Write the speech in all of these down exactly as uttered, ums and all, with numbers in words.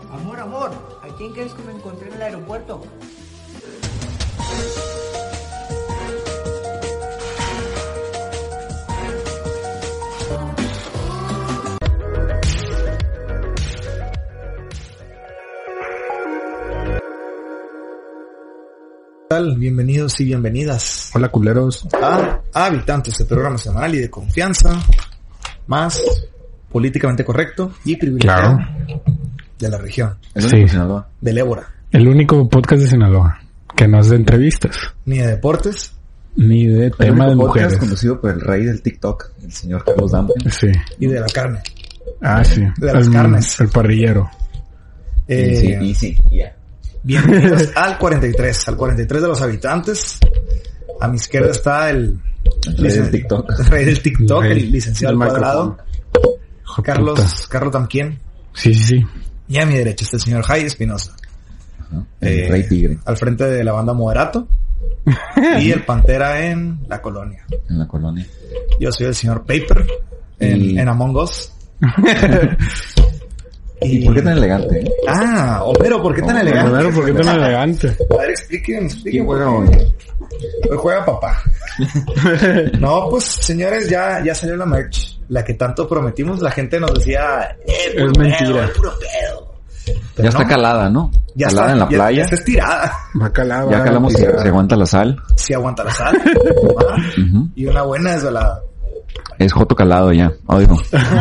Amor, amor, ¿a quién crees que me encontré en el aeropuerto? ¿Qué tal? Bienvenidos y bienvenidas. Hola, culeros. A Habitantes, el programa semanal y de confianza más políticamente correcto y privilegiado Claro. de la región. Sí. Del Ébora. El único podcast de Sinaloa que no es de entrevistas Ni de deportes. ni de tema de mujeres. Conducido por el rey del TikTok, el señor Carlos Dampen. Sí. Y de la carne. Ah, sí. De las el, carnes. El parrillero. Eh, sí, y sí, ya. Bienvenidos al cuarenta y tres, al cuarenta y tres de los habitantes. A mi izquierda está el, El rey del TikTok. el rey del TikTok, El rey el licenciado del al cuadrado, Hijo de Carlos, puta. Carlos Tamquien. Sí, sí, sí. Y a mi derecha está el señor Jai Espinosa. Ajá. El Eh, rey tigre Al frente de la banda Moderato. Y el Pantera en la colonia. en la colonia. Yo soy el señor Paper en, Y- en Among Us. ¿Y por qué tan elegante? eh? Ah, Homero, ¿por qué tan Oh, elegante? Primero, ¿por qué tan elegante? A ver, expliquen, expliquen. ¿Quién juega por hoy? qué. Hoy juega papá. No, pues, señores, ya, ya salió la merch. La que tanto prometimos. La gente nos decía, eh, puro Es pedo, mentira. es puro pedo. Pero Ya está no, calada, ¿no? ya calada está, en la ya- playa. Ya está estirada. Va calado. Ya calamos si, si aguanta la sal. Si aguanta la sal. Ah, Ujú. y una buena desvelada. Es joto calado ya. Oigo.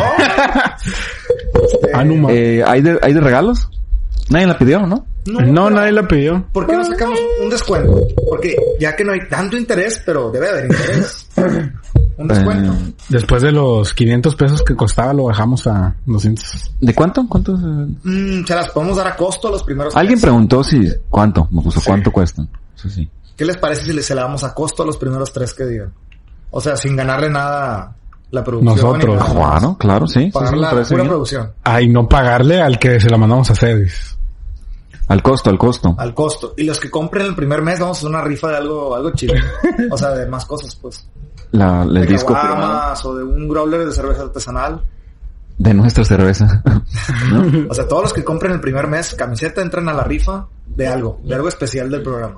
Este, Ah, no, ma- Eh, ¿hay, de, ¿Hay de regalos? Nadie la pidió, ¿no? no, No, pero- nadie la pidió. ¿Por qué no sacamos un descuento? Porque ya que no hay tanto interés, pero debe haber interés. Un descuento. Eh, Después de los quinientos pesos que costaba, lo bajamos a doscientos. ¿De cuánto? ¿Cuánto? eh? Mm, se las podemos dar a costo a los primeros Alguien tres. preguntó si... ¿Cuánto? Me puso, Sí. ¿cuánto cuestan? Eso sí. ¿Qué les parece si les se la damos a costo a los primeros tres que digan? O sea, sin ganarle nada a la producción. Nosotros. ni nada más. Claro, claro, sí. sí, Pagar sí, me la parece pura bien. producción. Ay, no pagarle al que se la mandamos a hacer. dice. Al costo, al costo. Al costo. Y los que compren el primer mes vamos a hacer una rifa de algo, algo chido. O sea, de más cosas, pues. La, el De disco firmado caguamas o de un growler de cerveza artesanal. de nuestra cerveza. O sea, todos los que compren el primer mes camiseta entran a la rifa de algo, de algo especial del programa.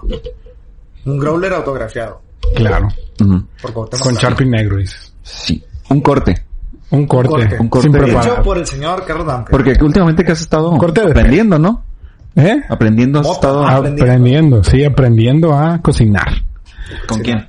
Un growler autografiado. Claro. Ujú. Por Cuauhtémoc Con Blanco. Sharpie negro, dices. Sí. Un corte. Un corte. corte. Un corte Sin de- preparar. Hecho por el señor Carlos Damke. Porque últimamente que has estado corte de aprendiendo, ¿no? ¿Eh? Aprendiendo has Mota. estado... Ah, Aprendiendo, sí, aprendiendo a cocinar. ¿Con quién?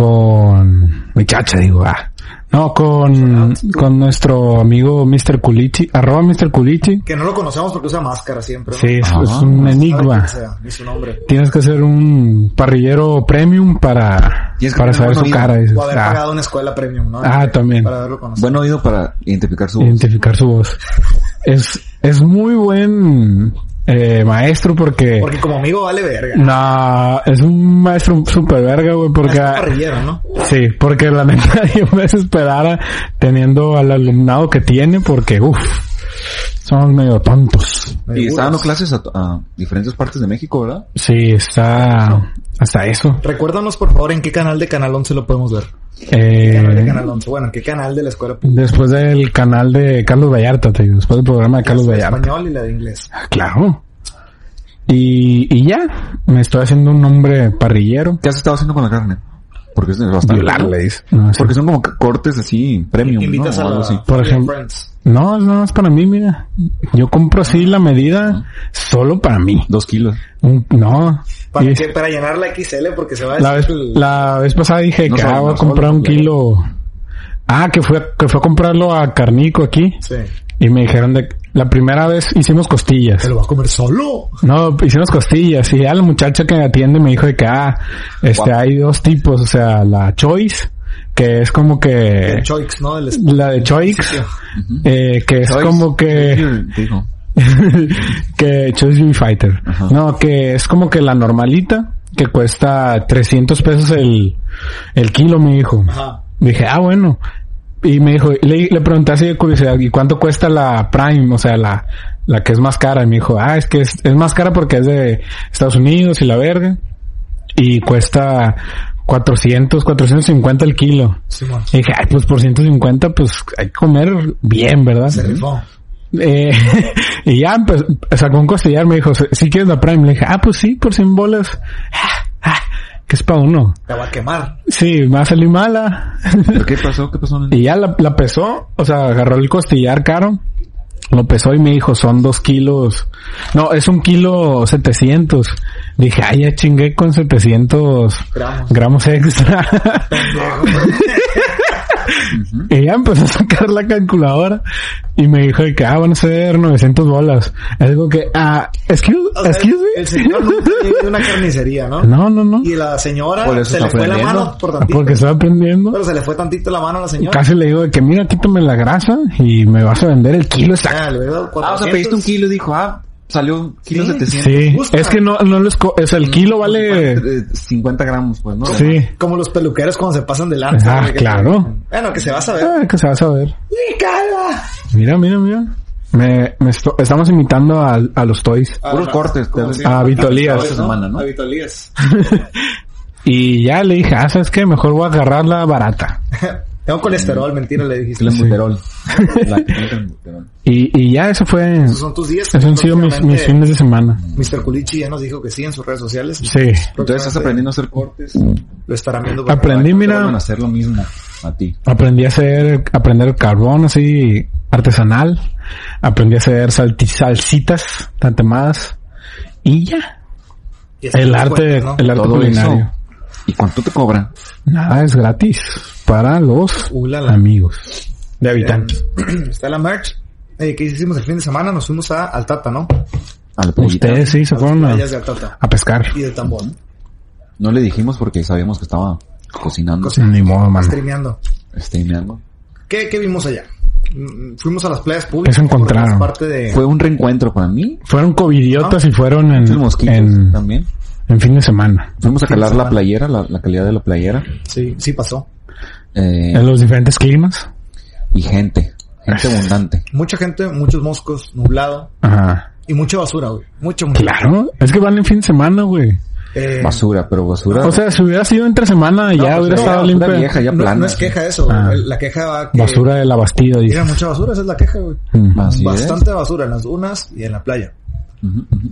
Con mi chacha, digo, ah. No, con, con nuestro amigo mister Culichi, arroba mister Culichi. Que no lo conocemos porque usa máscara siempre, ¿no? Sí, es, Ah, es un Sabe enigma. quién sea, ni su nombre. Tienes que ser un parrillero premium para, Tienes que para tener saber buen su oído. cara. Dices, O haber ah, pagado una escuela premium, ¿no? Ah, también. Para haberlo conocido. Buen oído para identificar su voz. identificar su voz. Es, es muy buen eh, maestro porque... Porque como amigo vale verga. No, es un maestro super verga, güey, porque... Es parrillero, ¿no? Sí, porque la neta yo me desesperara teniendo al alumnado que tiene porque, uff, somos medio tontos. Me Y está dando burlas. clases a, a diferentes partes de México, ¿verdad? Sí, está hasta eso. Recuérdanos, por favor, en qué canal de Canal once lo podemos ver. Canal de Eh, Canal once. Bueno, en qué canal de la escuela pública. después del canal de Carlos Vallarta, te digo, después del programa de Carlos La de Vallarta. español y la de inglés. Ah, claro. Y, y ya, me estoy haciendo un hombre parrillero. ¿Qué has estado haciendo con la carne? Porque es bastante... Violarle, dice. No, sí. Porque son como cortes así, premium, Invitas ¿no? O a algo la así. Por Family ejemplo. Friends. No, no es para mí, mira. Yo compro así la medida solo para mí. Dos kilos. Un- no. ¿Para, Y- qué? Para llenar la X L porque se va a La vez, decir el- la vez pasada dije No que solo, ah, voy a no solo, comprar un claro. kilo. Ah, que fue, que fue a comprarlo a Carnico aquí. Sí. Y me dijeron de, la primera vez hicimos costillas. ¿Se lo va a comer solo? No, hicimos costillas. Y ya la muchacha que me atiende me dijo de que, ah, este, Wow. hay dos tipos. O sea, la choice, que es como que, El Choix, ¿no? El la de choice, Ujú. eh, que es Choice. como que, Dijo. que Choice Beauty Fighter. Ajá. No, que es como que la normalita, que cuesta trescientos pesos el, el kilo, me dijo. Ajá. Dije, ah, bueno. Y me dijo, le, le pregunté así de curiosidad, ¿y cuánto cuesta la Prime? O sea, la, la que es más cara. Y me dijo, ah, es que es, es más cara porque es de Estados Unidos y la verga. Y cuesta cuatrocientos, cuatrocientos cincuenta el kilo. Simón. Y dije, ay, pues por ciento cincuenta, pues hay que comer bien, ¿verdad? Se rifó. Eh, y ya pues, sacó un costillar, me dijo, ¿sí quieres la Prime? Le dije, ah, pues sí, por cien bolas. Ah, ah, que es para uno. Te va a quemar. Sí, me va a salir mala. ¿Pero qué pasó? ¿Qué pasó? Y ya la, la pesó, o sea, agarró el costillar caro, lo pesó y me dijo, son dos kilos. No, es un kilo setecientos. Dije, ay, ya chingué con setecientos Gramos. gramos extra. Y ya empezó a sacar la calculadora y me dijo de que, ah, van a ser novecientos bolas. Es algo que, ah, excuse, O sea, excuse me. el señor nunca llegó de una carnicería, ¿no? No, no, no. Y la señora Por eso se le está fue la aprendiendo. mano por tantito. Porque estoy aprendiendo. Pero se le fue tantito la mano a la señora. Casi le digo de que, mira, quítame la grasa y me vas a vender el kilo exacto. Ah, le hubiera dado Ah, o sea, cuatrocientos. pediste un kilo y dijo, ah, salió kilo Sí. setecientos. Sí, Justo. es que no, no les, co- o sea, el kilo vale, Eh, cincuenta gramos, pues, ¿no? sí. Como los peluqueros cuando se pasan de lanza. Ah, güey, que- claro. Bueno, que se va a saber. Ah, que se va a saber. ¡Mi cara! Mira, mira, mira. Me, me esto- estamos imitando a, a los toys. Puros cortes, ¿cómo te- se a llama? Vito Elías. Esta semana, ¿no? A Vito Elías. Y ya le dije, ah, ¿sabes qué? Mejor voy a agarrar la barata. Tengo colesterol, mentira, le dijiste. Clenbuterol. La clenbuterol. Y, y ya eso fue, Esos son tus días. esos han sido mis, mis fines de semana. mister Culichi ya nos dijo que sí en sus redes sociales. Sí. Entonces estás aprendiendo a hacer cortes. Lo estarán viendo. por Aprendí, favor. mira. Van a hacer lo mismo a ti. Aprendí a hacer, aprender carbón así artesanal. Aprendí a hacer salti- salsitas tantemadas. Y ya. Y así El te arte, cuentas, ¿no? el arte Todo culinario. eso. ¿Y cuánto te cobran? Nada es gratis para los Ulala. amigos de habitantes. Está la merch. Eh, ¿Qué hicimos el fin de semana? Nos fuimos a Altata, ¿no? A la playita. Ustedes sí se A las fueron a, playas de Altata. a pescar. Y de Tambón. No le dijimos porque sabíamos que estaba cocinando, Ni modo, mano. Streameando. streameando. ¿Qué, ¿Qué vimos allá? Mm, Fuimos a las playas públicas. Eso encontraron. formamos parte de... Fue un reencuentro para mí. Fueron covidiotas y fueron en, Muchos mosquitos en, también. en fin de semana. Fuimos a Fin de calar la semana. playera, la, la calidad de la playera. Sí, sí pasó. Eh, En los diferentes climas. y gente. Gente abundante. Mucha gente, muchos moscos, nublado. Ajá. Y mucha basura, güey. Mucho, mucho. Claro. Es que van en fin de semana, güey. Eh, Basura, pero basura. O sea, si hubiera sido entre semana, ya pues, hubiera no, estado basura limpia. vieja, ya no, plana. no es queja eso, güey. Ah. La queja va que... Basura de la Bastida, dice. Mira, mucha basura, esa es la queja, güey. Mm. Así Bastante basura en las dunas y en la playa. Ujú, ujú.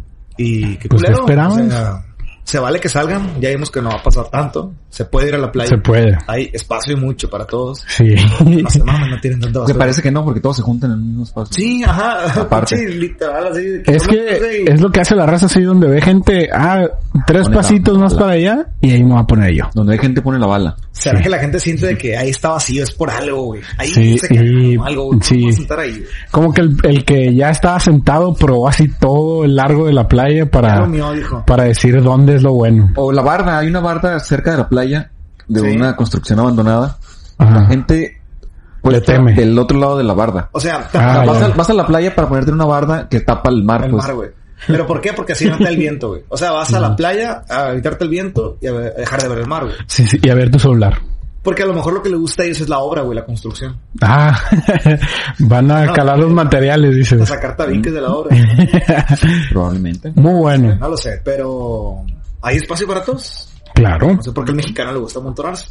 Y qué Pues, ¿qué culero. esperabas? O sea, se vale que salgan, ya vimos que no va a pasar tanto. Se puede ir a la playa. Se puede. Hay espacio y mucho para todos. Sí. No se mames, no tienen tanta Que basura. parece que no, porque todos se juntan en el mismo espacio. Sí, ajá. Aparte. Sí, literal, así. de Es no que me puse y- es lo que hace la raza así donde ve gente, ah, tres Pone la pasitos más bala. para allá y ahí me voy a poner yo. Donde hay gente pone la bala. ¿Será Sí. que la gente siente de que ahí está vacío? Es por algo, güey. Ahí Sí, se cagaron y- algo, güey. sí. ¿Cómo vas a sentar ahí, güey? Como que el, el que ya estaba sentado probó así todo el largo de la playa Ya para, lo mío, dijo. para decir dónde es lo bueno. O la barda, hay una barda cerca de la playa, de Sí. una construcción abandonada. Ajá. La gente pues, Le teme. del otro lado de la barda. O sea, Ah, O sea, vas, ya. a, vas a la playa para ponerte en una barda que tapa el mar, el pues. mar, güey. ¿Pero por qué? Porque así no te da el viento, güey. O sea, vas a la playa a evitarte el viento y a ver- a dejar de ver el mar, güey. Sí, sí, y a ver tu celular. Porque a lo mejor lo que le gusta a ellos es la obra, güey, la construcción. Ah, van a No, calar los materiales, A dices. sacar tabiques de la obra. Probablemente. Muy bueno. No lo sé, pero... ¿Hay espacio para todos? Claro. No sé por qué al mexicano le gusta amontonarse.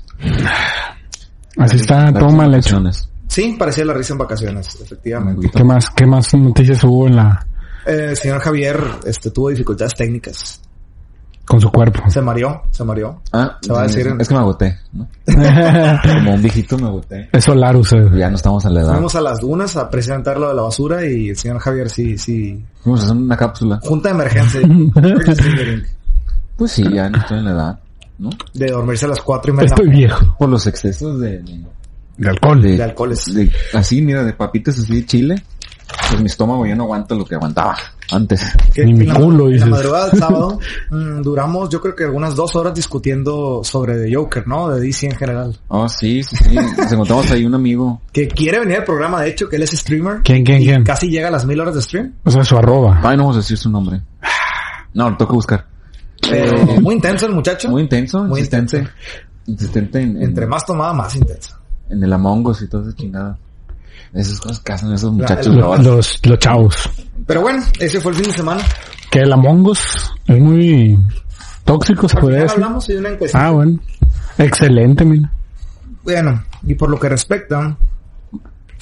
Así está todo mal hecho. Vacaciones. Sí, parecía la risa en vacaciones, efectivamente. ¿Qué más, qué más noticias hubo en la, Eh, el señor Javier este, tuvo dificultades técnicas. con su cuerpo? Se mareó, se mareó. Ah, Se va a sí, decir en- es que me agoté, ¿no? Como un viejito me agoté. Es solar usted. Ya no estamos a la edad. Fuimos a las dunas a presentar lo de la basura y el señor Javier sí, sí. Fuimos a hacer una cápsula. Junta de emergencia. Emergency meeting. Pues sí, ya no estoy en la edad, ¿no? De dormirse a las cuatro y media Estoy viejo. Por los excesos de... de De alcohol. de, de alcoholes. de- así, mira, de papitas así de chile. Pues mi estómago ya no aguanta lo que aguantaba antes. Que Ni en mi la- culo, En dices. la madrugada del sábado mm, duramos yo creo que algunas dos horas discutiendo sobre The Joker, ¿no? De D C en general. Oh, sí, sí, sí. Nos encontramos ahí un amigo. Que quiere venir al programa, de hecho, que él es streamer. ¿Quién, quién, y quién? casi llega a las mil horas de stream. O sea, su arroba. Ay, no vamos a decir su nombre. No, lo tengo que buscar. Eh, muy intenso el muchacho. Muy intenso, Muy insistente. Insistente en, en, Entre más tomaba, más intenso. en el Among Us y toda esa chingada. Esas cosas que hacen esos muchachos. el- Los, bravos. los, los chavos. Pero bueno, ese fue el fin de semana. Que el Among Us es muy tóxico, se Al podría final decir. hablamos de una encuesta. Ah, bueno. Excelente, mira. Bueno, y por lo que respecta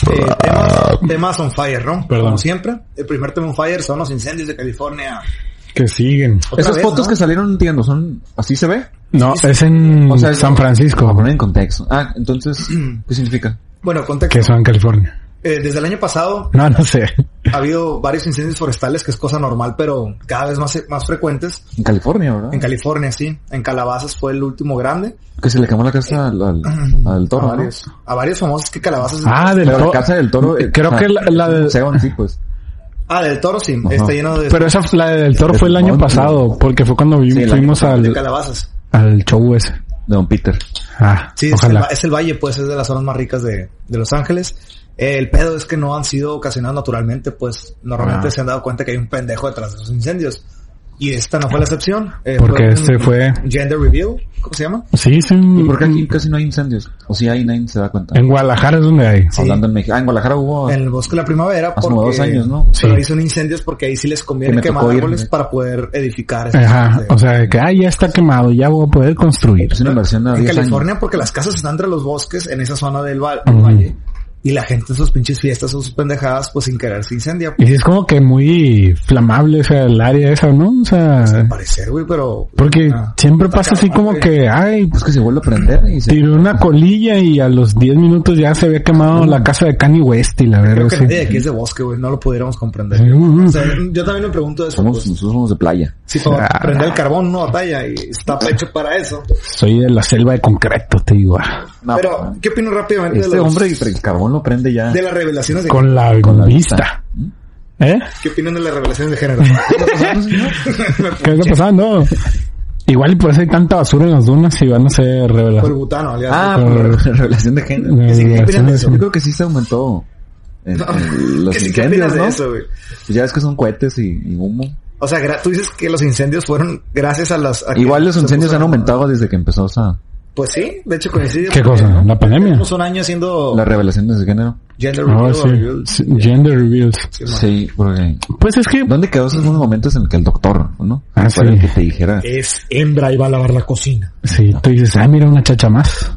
Eh, temas, temas on fire, ¿no? Perdón. Como siempre. El primer tema on fire son los incendios de California. Que siguen. Otra Esas vez, fotos ¿no? que salieron, no entiendo, son... ¿Así se ve? No, Sí, sí. es en O sea, es- San Francisco, Para poner en contexto. Ah, entonces, ¿qué significa? Bueno, contexto. que eso en California. Eh, desde el año pasado No, no sé. ha habido varios incendios forestales, que es cosa normal, pero cada vez más, más frecuentes. En California, ¿verdad? En California, sí. En Calabazas fue el último grande. Que se le quemó la casa al, al, al toro, a ¿no? varios, a varios famosos que Calabazas... Ah, del Pero la toro. casa del toro... eh, Creo o sea, que la, la de... museo en sí, pues. Ah, del Toro sí. Ajá. Está lleno de... Pero esa, la del toro fue el año pasado, porque fue cuando vi- Sí, el año fuimos de al, Calabazas. al show ese. De Don Peter. Ah, Sí, es el, ojalá. va- es el valle, pues, es de las zonas más ricas de, de Los Ángeles. Eh, el pedo es que no han sido ocasionados naturalmente, pues, normalmente Ah. se han dado cuenta que hay un pendejo detrás de esos incendios. Y esta no fue la excepción. Eh, Porque un este fue- Gender Reveal, ¿cómo se llama? Sí, sí. ¿Y por qué aquí casi no hay incendios? O si hay, nadie se da cuenta. En Guadalajara es donde hay. Sí. Hablando en México. Ah, en Guadalajara hubo... En el Bosque de la Primavera. Hace Porque, como dos años, ¿no? Pero Sí. ahí son incendios porque ahí sí les conviene Que me quemar tocó ir, árboles ¿no? para poder edificar. esos Ajá, de- o sea, de que, ah, ya está quemado, ya voy a poder construir. Es una inversión a en diez California, años. porque las casas están entre los bosques en esa zona del, va- del Ujú. valle. Y la gente en sus pinches fiestas, sus pendejadas, pues sin querer se incendia. Y sí es como que muy flamable, o sea, el área esa, ¿no? O sea, Al parecer, güey, pero... porque Ah, siempre está pasa así cabrón, como güey. que, ay, Pues que se vuelve a prender y se... tiró una colilla y a los diez minutos ya se había quemado la casa de Kanye West y la Creo verdad, que sí. nadie de aquí es de bosque, güey. No lo pudiéramos comprender. Sí, uh, uh. O sea, yo también me pregunto eso. Somos, Pues, nosotros somos de playa. si para Ah. prender el carbón no batalla y está hecho para eso. Soy de la selva de concreto, te digo. ah. No, Pero, ¿qué opino rápidamente este de, los, hombre el carbón lo prende ya. de las revelaciones de Con la Con la vista. ¿Eh? ¿Qué opinan de las revelaciones de género? ¿Qué está pasando? Igual y por eso hay tanta basura en las dunas y van a ser Por el revelaciones. butano, alias. Ah, por la revelación de género. De- sí, ¿qué opinan de eso? Yo creo que sí se aumentó en, en los ¿Qué, sí, ¿qué incendios, opinas ¿no? de eso, güey? Pues ya ves que son cohetes y, y humo. O sea, gra- tú dices que los incendios fueron gracias a las... a que Igual los se incendios puso- han aumentado desde que empezó esa, Pues sí, de hecho coincide. ¿Qué porque, cosa? ¿no? ¿La pandemia? Tenemos un año haciendo las revelaciones de género. gender Ah, reveal. sí. o reveal. Sí, Gender reveals. Sí, man. Sí, porque... Pues es que... ¿Dónde quedó esos momentos en el que el doctor, no? Ah, Fuera sí. el que te dijera... Es hembra y va a lavar la cocina. Sí, tú dices, ah, mira una chacha más.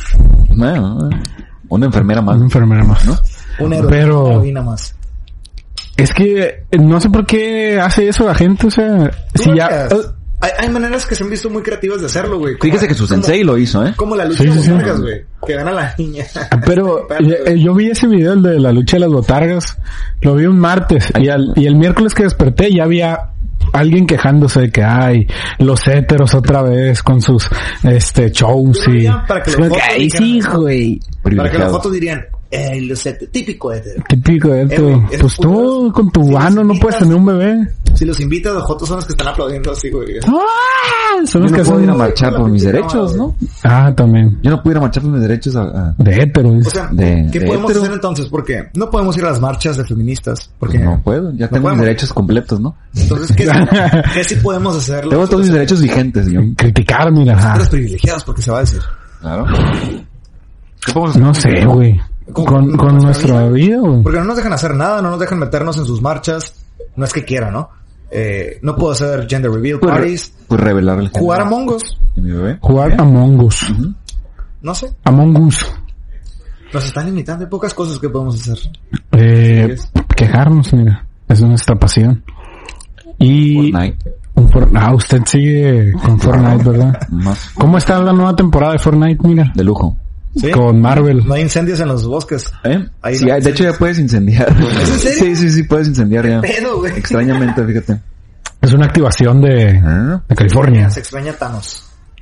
Bueno, una enfermera más. Una enfermera más. ¿no? Una heroína, Pero- una heroína más. Es que no sé por qué hace eso la gente, o sea, ¿Tú si lo ya... harías? eh, Hay, hay maneras que se han visto muy creativas de hacerlo, güey. Como- Fíjese que su como- sensei lo hizo, ¿eh? Como la lucha Sí, de sí, sí. botargas, güey. Que gana la niña. Pero Perro, eh, güey. yo vi ese video, el de la lucha de las botargas, lo vi un martes y, al, y el miércoles que desperté ya había alguien quejándose de que ay, los héteros otra vez con sus este shows Yo lo y veía para que es los como que, fotos ay, dijeran sí, eso. güey, Para que las Privilegiado. fotos dirían, eh, lo sé, típico hetero. típico de Eh, esto. güey, esos Pues tú putos, con tu si los ano no invitas- puedes tener un bebé. Si los invitas, los fotos son los que están aplaudiendo así, güey. ¡Ah! Son los Yo que no puedo ir a hacen... marchar por mis No, derechos, ¿no? Ah, también. Yo no puedo ir a marchar por mis derechos a... a- De hétero. O dice. sea, De- ¿qué de podemos hetero. hacer entonces? Porque no podemos ir a las marchas de feministas. Porque No puedo, ya no tengo podemos. mis derechos completos, ¿no? Entonces, ¿qué, ¿qué sí podemos hacer? Tengo los- todos mis los- derechos vigentes, yo. Criticar, mira. ajá. los privilegiados, porque se va a decir. Claro. ¿Qué podemos hacer? No sé, güey. Con- Con, con con nuestra nuestra vida, güey. Porque no nos dejan hacer nada, no nos dejan meternos en sus marchas. No es que quiera, ¿no? Eh, no puedo hacer gender reveal Pues, re- parties. pues revelar el Jugar a género Among Us. de mi bebé. Jugar Among Us. Ujú. No sé. Among Us. Nos están limitando. Hay pocas cosas que podemos hacer. Eh, Así quejarnos, mira. Es nuestra pasión. Y... Fortnite. un For- ah, usted sigue con Fortnite, ¿verdad? Más ¿Cómo está la nueva temporada de Fortnite? Mira. de lujo. ¿Sí? Con Marvel. No hay incendios en los bosques. ¿Eh? Ahí Sí, no- hay- de hecho ya puedes incendiar. ¿Es en serio? Sí, sí, sí, puedes incendiar ya. Pero, güey. Extrañamente, fíjate. Es una activación de, Ah. de California. Se extraña Thanos.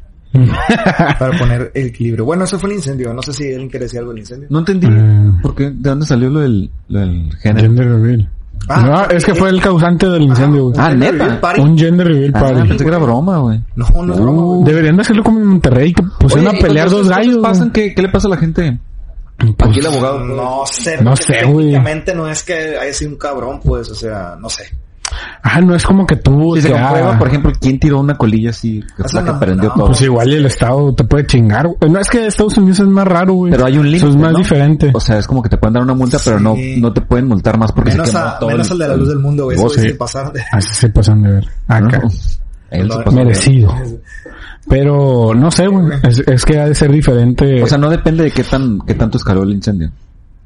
Para poner el equilibrio. Bueno, eso fue el incendio. No sé si alguien quiere decir algo del incendio. No entendí. Mm. ¿Por qué? ¿De dónde salió lo del, lo del género? Gender reveal. Ah, no, porque- es que fue el causante del incendio, güey. Ah, Un ¿neta? reveal party. Un gender reveal Ah, party. pensé que era broma, güey. No, no es broma, güey. Deberían de hacerlo como en Monterrey, que pusieron Oye, a pelear ¿y dos cuántas gallos. cosas pasan? güey. ¿Qué, ¿Qué le pasa a la gente? Pues, Aquí el abogado. No sé. No porque sé, güey. Técnicamente no es que haya sido un cabrón, pues, o sea, no sé. Ah, no es como que tú... Si se que, comprueba, ah, por ejemplo, ¿quién tiró una colilla así? Que O fue sea, la que no, prendió no, todo. Pues igual y el Estado te puede chingar. güey. No, es que Estados Unidos es más raro, güey. Pero hay un límite, Eso es más ¿no? diferente. O sea, es como que te pueden dar una multa, pero no, Sí. no te pueden multar más porque Menos, se quemó a, todo menos el- al de la luz del mundo, güey. Vos, Eso sí. se pasaron de... Así se pasan de ver. Acá. ¿no? Él se No, pasó de- Merecido. Pero no sé, güey. Es, es que ha de ser diferente. O sea, no depende de qué tan, qué tanto escaló el incendio.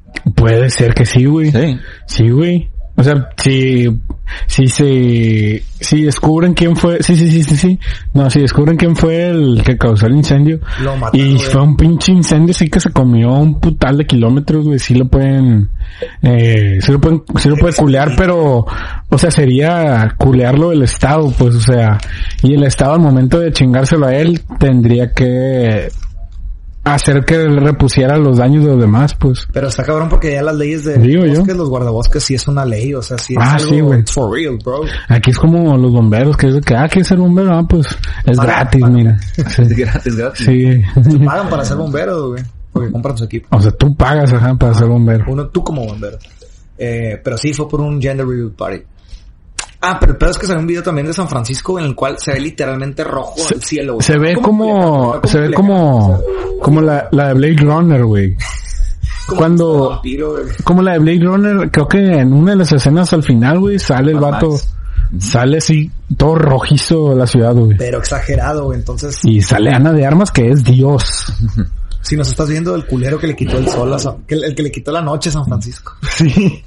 Puede ser que sí, güey. Sí. Sí, güey. O sea, si, si se, si descubren quién fue, sí, sí, sí, sí, sí. No, si descubren quién fue el que causó el incendio. Lo matan, y güey. fue un pinche incendio, sí que se comió un putal de kilómetros, güey. Sí lo pueden, eh, sí lo pueden, sí lo puede culear, pero, o sea, sería culearlo el Estado, pues, o sea, y el Estado al momento de chingárselo a él tendría que hacer que repusiera los daños de los demás, pues. Pero está cabrón porque ya las leyes de Digo yo. bosques, los guardabosques, sí es una ley, o sea, sí es Ah, algo, sí, güey. it's for real, bro. Aquí es como los bomberos, que es de que, ah, ¿quieres ser bombero? Ah, pues, es Paga, gratis, paga. mira. Sí. Es gratis, gratis. Sí. Pagan para ser bomberos, güey, porque compran su equipo. O sea, tú pagas, ajá, para ser bombero. Uno, tú como bombero. Eh, pero sí, fue por un gender reveal party. Ah, pero el pedo es que salió un video también de San Francisco en el cual se ve literalmente rojo Se, el cielo, güey. se ve ¿Cómo como, Culiacán? se ve Culiacán? como, O sea, como la, la de Blade Runner, güey. como Cuando, un vampiro, güey. como la de Blade Runner, creo que en una de las escenas al final, güey, sale el Mad vato, Max. sale así, todo rojizo la ciudad, güey. Pero exagerado, güey. Entonces, Y sale Ana de Armas, que es Dios. si nos estás viendo, el culero que le quitó el sol a San, que el, el que le quitó la noche a San Francisco. Sí.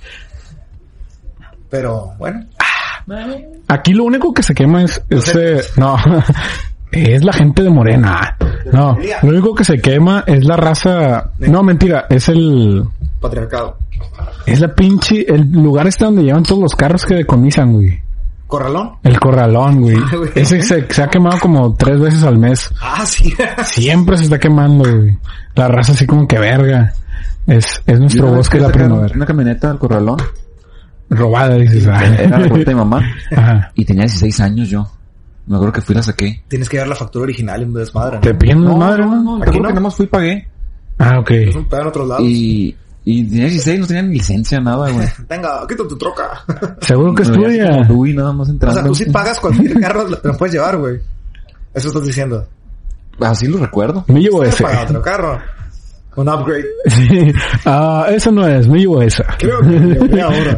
Pero, bueno. Aquí lo único que se quema es, es eh, no, es la gente de Morena. No, lo único que se quema es la raza, no, mentira, es el, Patriarcado. es la pinche, el lugar este donde llevan todos los carros que decomisan, güey. ¿Corralón? El corralón, güey. Ah, güey. Ese se, se ha quemado como tres veces al mes. Ah, sí. Siempre se está quemando, güey. La raza así como que verga. Es, es nuestro Yo bosque de la sacaron primavera. Una camioneta al corralón. Robada, dices. ah. Era la puerta de mi mamá. Ajá. Y tenía dieciséis años yo. Me acuerdo que fui y la saqué. Tienes que llevar la factura original en desmadre, ¿no? Te piden la madre, ¿no? no. Aquí Aquí no. que nada más fui y pagué. Ah, ok. Es un pedo en otros lados. Y, y tenía dieciséis, no tenía ni licencia, nada, güey. Venga, quita tu troca. Seguro que Me veía así estudia. como Dewey, nada más O entrando. sea, tú sí pagas cualquier carro, lo lo puedes llevar, güey. Eso estás diciendo. Así lo recuerdo. Me llevo ese. Paga otro carro. Un upgrade. Sí. Ah, eso no es, me llevo esa. Creo que me llevé ahora.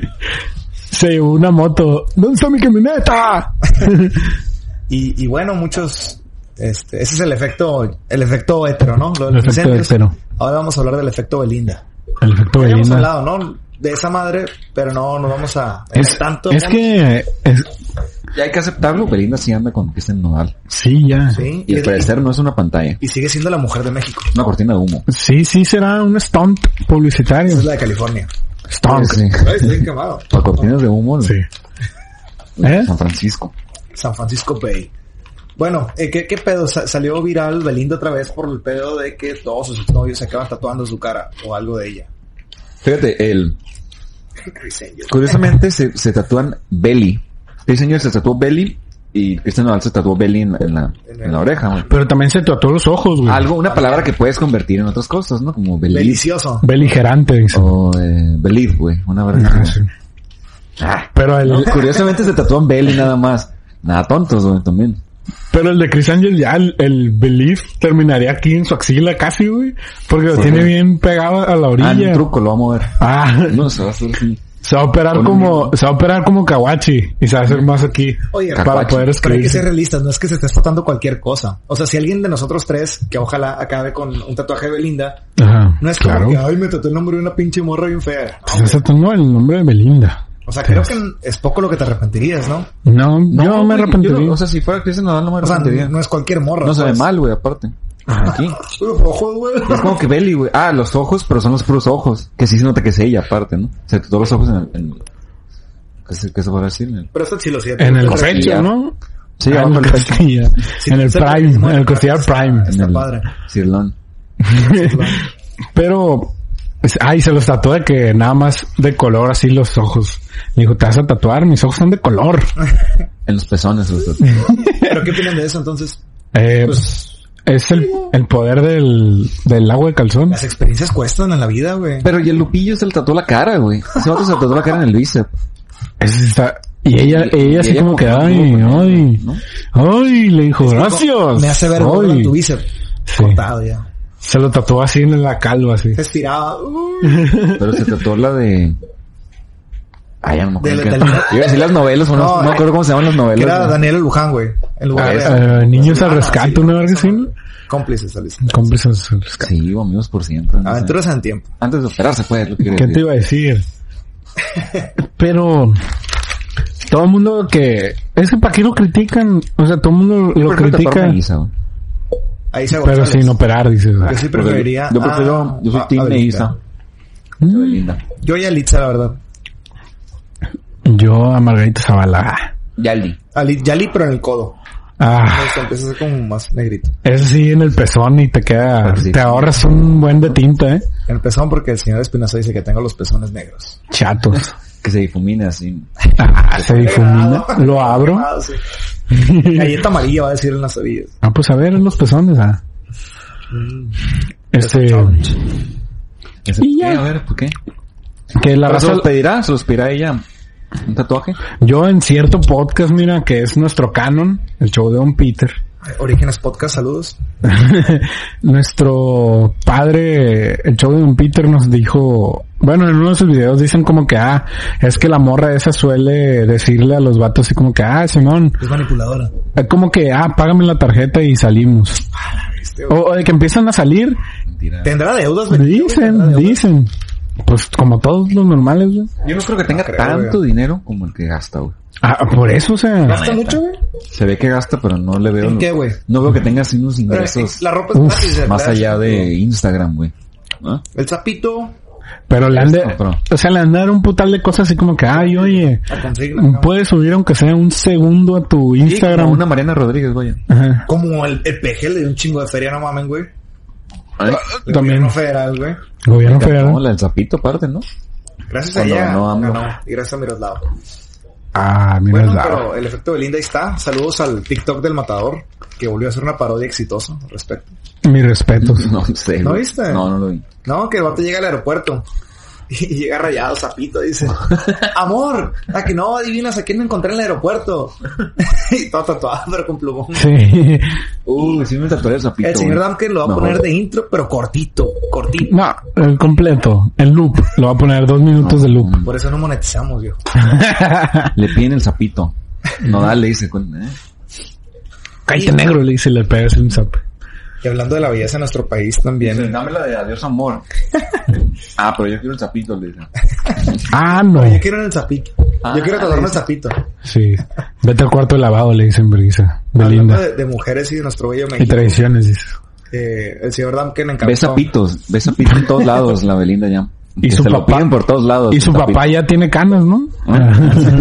Se llevó una moto. ¿Dónde está mi camioneta? Y, y bueno, muchos, este, ese es el efecto, el efecto hetero, ¿no? Lo de El los efecto incendios. hetero. Ahora vamos a hablar del efecto Belinda. El efecto Ya hemos Belinda. hablado, ¿no? De esa madre, pero no, no vamos a Es, tanto. es que, es, Ya hay que aceptarlo. Belinda sí anda con Kristen Nodal. sí, ya. Sí, Y al parecer no es una pantalla. y sigue siendo la mujer de México. Una cortina de humo. Sí, sí, será un stunt publicitario. Esa es la de California. Stunt. Sí. Ay, estoy bien quemado. Para cortinas de humo. Sí. ¿Eh? San Francisco. San Francisco Bay. Bueno, eh, ¿qué, ¿qué pedo? Sa- salió viral Belinda otra vez por el pedo de que todos sus exnovios se acaban tatuando su cara o algo de ella. Fíjate, el, Chris Angel. curiosamente se, se tatúan belly. Chris Angel se tatuó belly y Kristen Nodal se tatuó belly en, en la, en la oreja, güey. Pero también se tatuó los ojos, güey. Algo, una palabra que puedes convertir en otras cosas, ¿no? Como belly. Delicioso. Beligerante, dice. O eh, believe, güey. Una Ah, verdad. sí. Ah, Pero el, no, curiosamente se tatúan belly nada más. Nada tontos, güey, también. pero el de Chris Angel ya, el, el Belief terminaría aquí en su axila casi, güey. Porque lo ¿Por tiene qué? bien pegado a la Ah, en orilla. un truco lo va a mover. Ah, No, se va a hacer así. se va a operar Con un como, mismo. se va a operar como Kawachi y se va a hacer más aquí. Oye, para Cacuachi. poder Pero hay escribir. que ser realistas, no es que se esté tatuando cualquier cosa. O sea, si alguien de nosotros tres, que ojalá acabe con un tatuaje de Belinda, Ajá, no es claro. como que, ay, me tatué el nombre de una pinche morra bien fea. No, Se está tatuando el nombre de Belinda. o sea, creo que es poco lo que te arrepentirías, ¿no? No, No, yo me güey, arrepentiría. yo no- o sea, si fuera Kristen Nodal no me O sea, arrepentiría. no es cualquier morra. No se ve pues. mal, güey, aparte. Aquí. Los ojos, güey. Es como que belly, güey. Ah, los ojos, pero son los puros ojos. Que sí se nota que es ella, aparte, ¿no? Se tatuó los ojos en el... En, ¿qué, se, ¿Qué se puede decir? En el- Pero esto sí lo siento. En el Pero- pecho, ¿no? Sí, Ah, abajo en del el pecho. costilla. Sí, En el sí, prime, sí, en el costillar prime. Está En el padre. cirlón. Pero, pues, ay, se los tatuó de que nada más de color así los ojos. Le dijo, ¿te vas a tatuar? Mis ojos son de color. En los pezones. Los tatuó. ¿Pero qué opinan de eso entonces? Eh, Pues- es el, el poder del, del agua de calzón. Las experiencias cuestan en la vida, güey. Pero y el Lupillo se le tatuó la cara, güey. Ese vato se le tatuó la cara en el bíceps. Ese está, y ella, Y- ella y así ella como como que, que ay, no, ay, ¿no? ay, le dijo, gracias. Me hace ver gordo Ay. en tu bíceps. Sí. Cortado ya. Se lo tatuó así en la calva, así. Se estiraba. Uy. Pero se tatuó la de... Ah, ya no me acuerdo. De- qué- del- Iba a decir las novelas, o no, No, no me acuerdo cómo se llaman las Que novelas. era güey. Daniel Luján, güey. En lugar Ah, de... esa. Eh, niños al Ah, rescate, sí, una verga así, ¿no? Cómplices al rescate. Cómplices al rescate. Sí, o amigos por siempre. no sé. Aventuras en tiempo. Antes de operarse fue lo que quería ¿Qué decir. te iba a decir? Pero todo el mundo que... Es que ¿para qué lo critican? O sea, todo el mundo Yo lo prefiero critica, taparme Isa, güey. Ahí se pero sin operar, dices. Yo sí preferiría... Yo prefiero, ah, yo soy a- team a de Belinda. Isa. De Belinda. Yo y a Litza, la verdad. Yo a Margarita Zavala. Yali. A Lit- Yali, pero en el codo. Ah, Esto empieza a ser como más negrito. eso sí en el pezón y te queda... Sí. Te ahorras un buen de tinta, ¿eh? En el pezón, porque el señor Espinosa dice que tengo los pezones negros. Chatos. Que se difumina así. Ah, se difumina. Lo abro. Ah, sí. Galleta amarilla va a decir en las orillas. Ah, pues a ver los pezones, ah. Este... Ese- Y ¿Qué? ya. A ver, ¿por qué? Que la ¿Pero se raza... los pedirá? ¿Se los pedirá ella? ¿Un tatuaje? Yo en cierto podcast, mira, que es nuestro canon, el show de Don Peter. Orígenes Podcast, saludos. Nuestro padre, el show de Don Peter nos dijo, bueno, en uno de sus videos dicen como que, ah, es que la morra esa suele decirle a los vatos así como que, ah, Simón, Es manipuladora. eh, como que, ah, págame la tarjeta y salimos. Este, O, o de que empiezan a salir, Mentira. ¿Tendrá deudas? Benito? ¿Tendrá dicen, deudas? dicen. Pues como todos los normales, güey. Yo no creo que tenga creo, tanto güey. dinero como el que gasta, güey. Ah, por eso, o sea, ¿Gasta mucho, güey? Se ve que gasta, pero no le veo... ¿En qué, güey? No veo que tenga así unos Pero ingresos la ropa es Uf, gratis, más ¿verdad? allá de Instagram, güey. ¿Ah? El sapito, pero le han de, No, pero- o sea, le han de dar un putal de cosas así como que, ay, oye, la consigna. ¿no? puedes subir aunque sea un segundo a tu Sí, Instagram. como una Mariana Rodríguez, vaya. Ajá. Como el, el P G le dio un chingo de feria, no mamen, güey. Ay, El También. gobierno federal, güey. Gobierno no, federal. la del zapito aparte, ¿no? Gracias a Cuando ella ganó AMLO. ganó. Y gracias a Miroslavo. Ah, mira, Bueno, la- pero el efecto Belinda ahí está. Saludos al TikTok del Matador, que volvió a hacer una parodia exitosa al respecto. mis respetos. No sé. ¿No güey. viste? No, no lo vi. No, que el vato llega al aeropuerto y llega rayado, sapito, dice, amor, a que no adivinas a quién me encontré en el aeropuerto. Y todo tatuado, pero con plumón. Sí. Uy, sí me tatué el zapito. El señor güey. Damken lo va a No. poner de intro, pero cortito, cortito. No, el completo, el loop. Lo va a poner dos minutos de loop. Por eso no monetizamos, viejo. Le piden el zapito. No, dale, dice. con- ¿eh? Cállate negro, le dice, le pegas un zap. Y hablando de la belleza de nuestro país Dice, también. dame la de adiós amor. Ah, pero yo quiero el zapito, le dice. Ah, no. Yo quiero en el sapito. Ah, Yo quiero tatuarme el dice. sapito. Sí. Vete al cuarto de lavado, le dicen Brisa. Belinda. Hablando de, de mujeres y de nuestro bello Y México. tradiciones, dice. Eh, el señor Damken encabezó. Ve zapitos, ve zapitos en todos lados, la Belinda ya. Y Que su se lo papá- piden por todos lados. Y su el zapito. papá ya tiene canas, ¿no? Ah.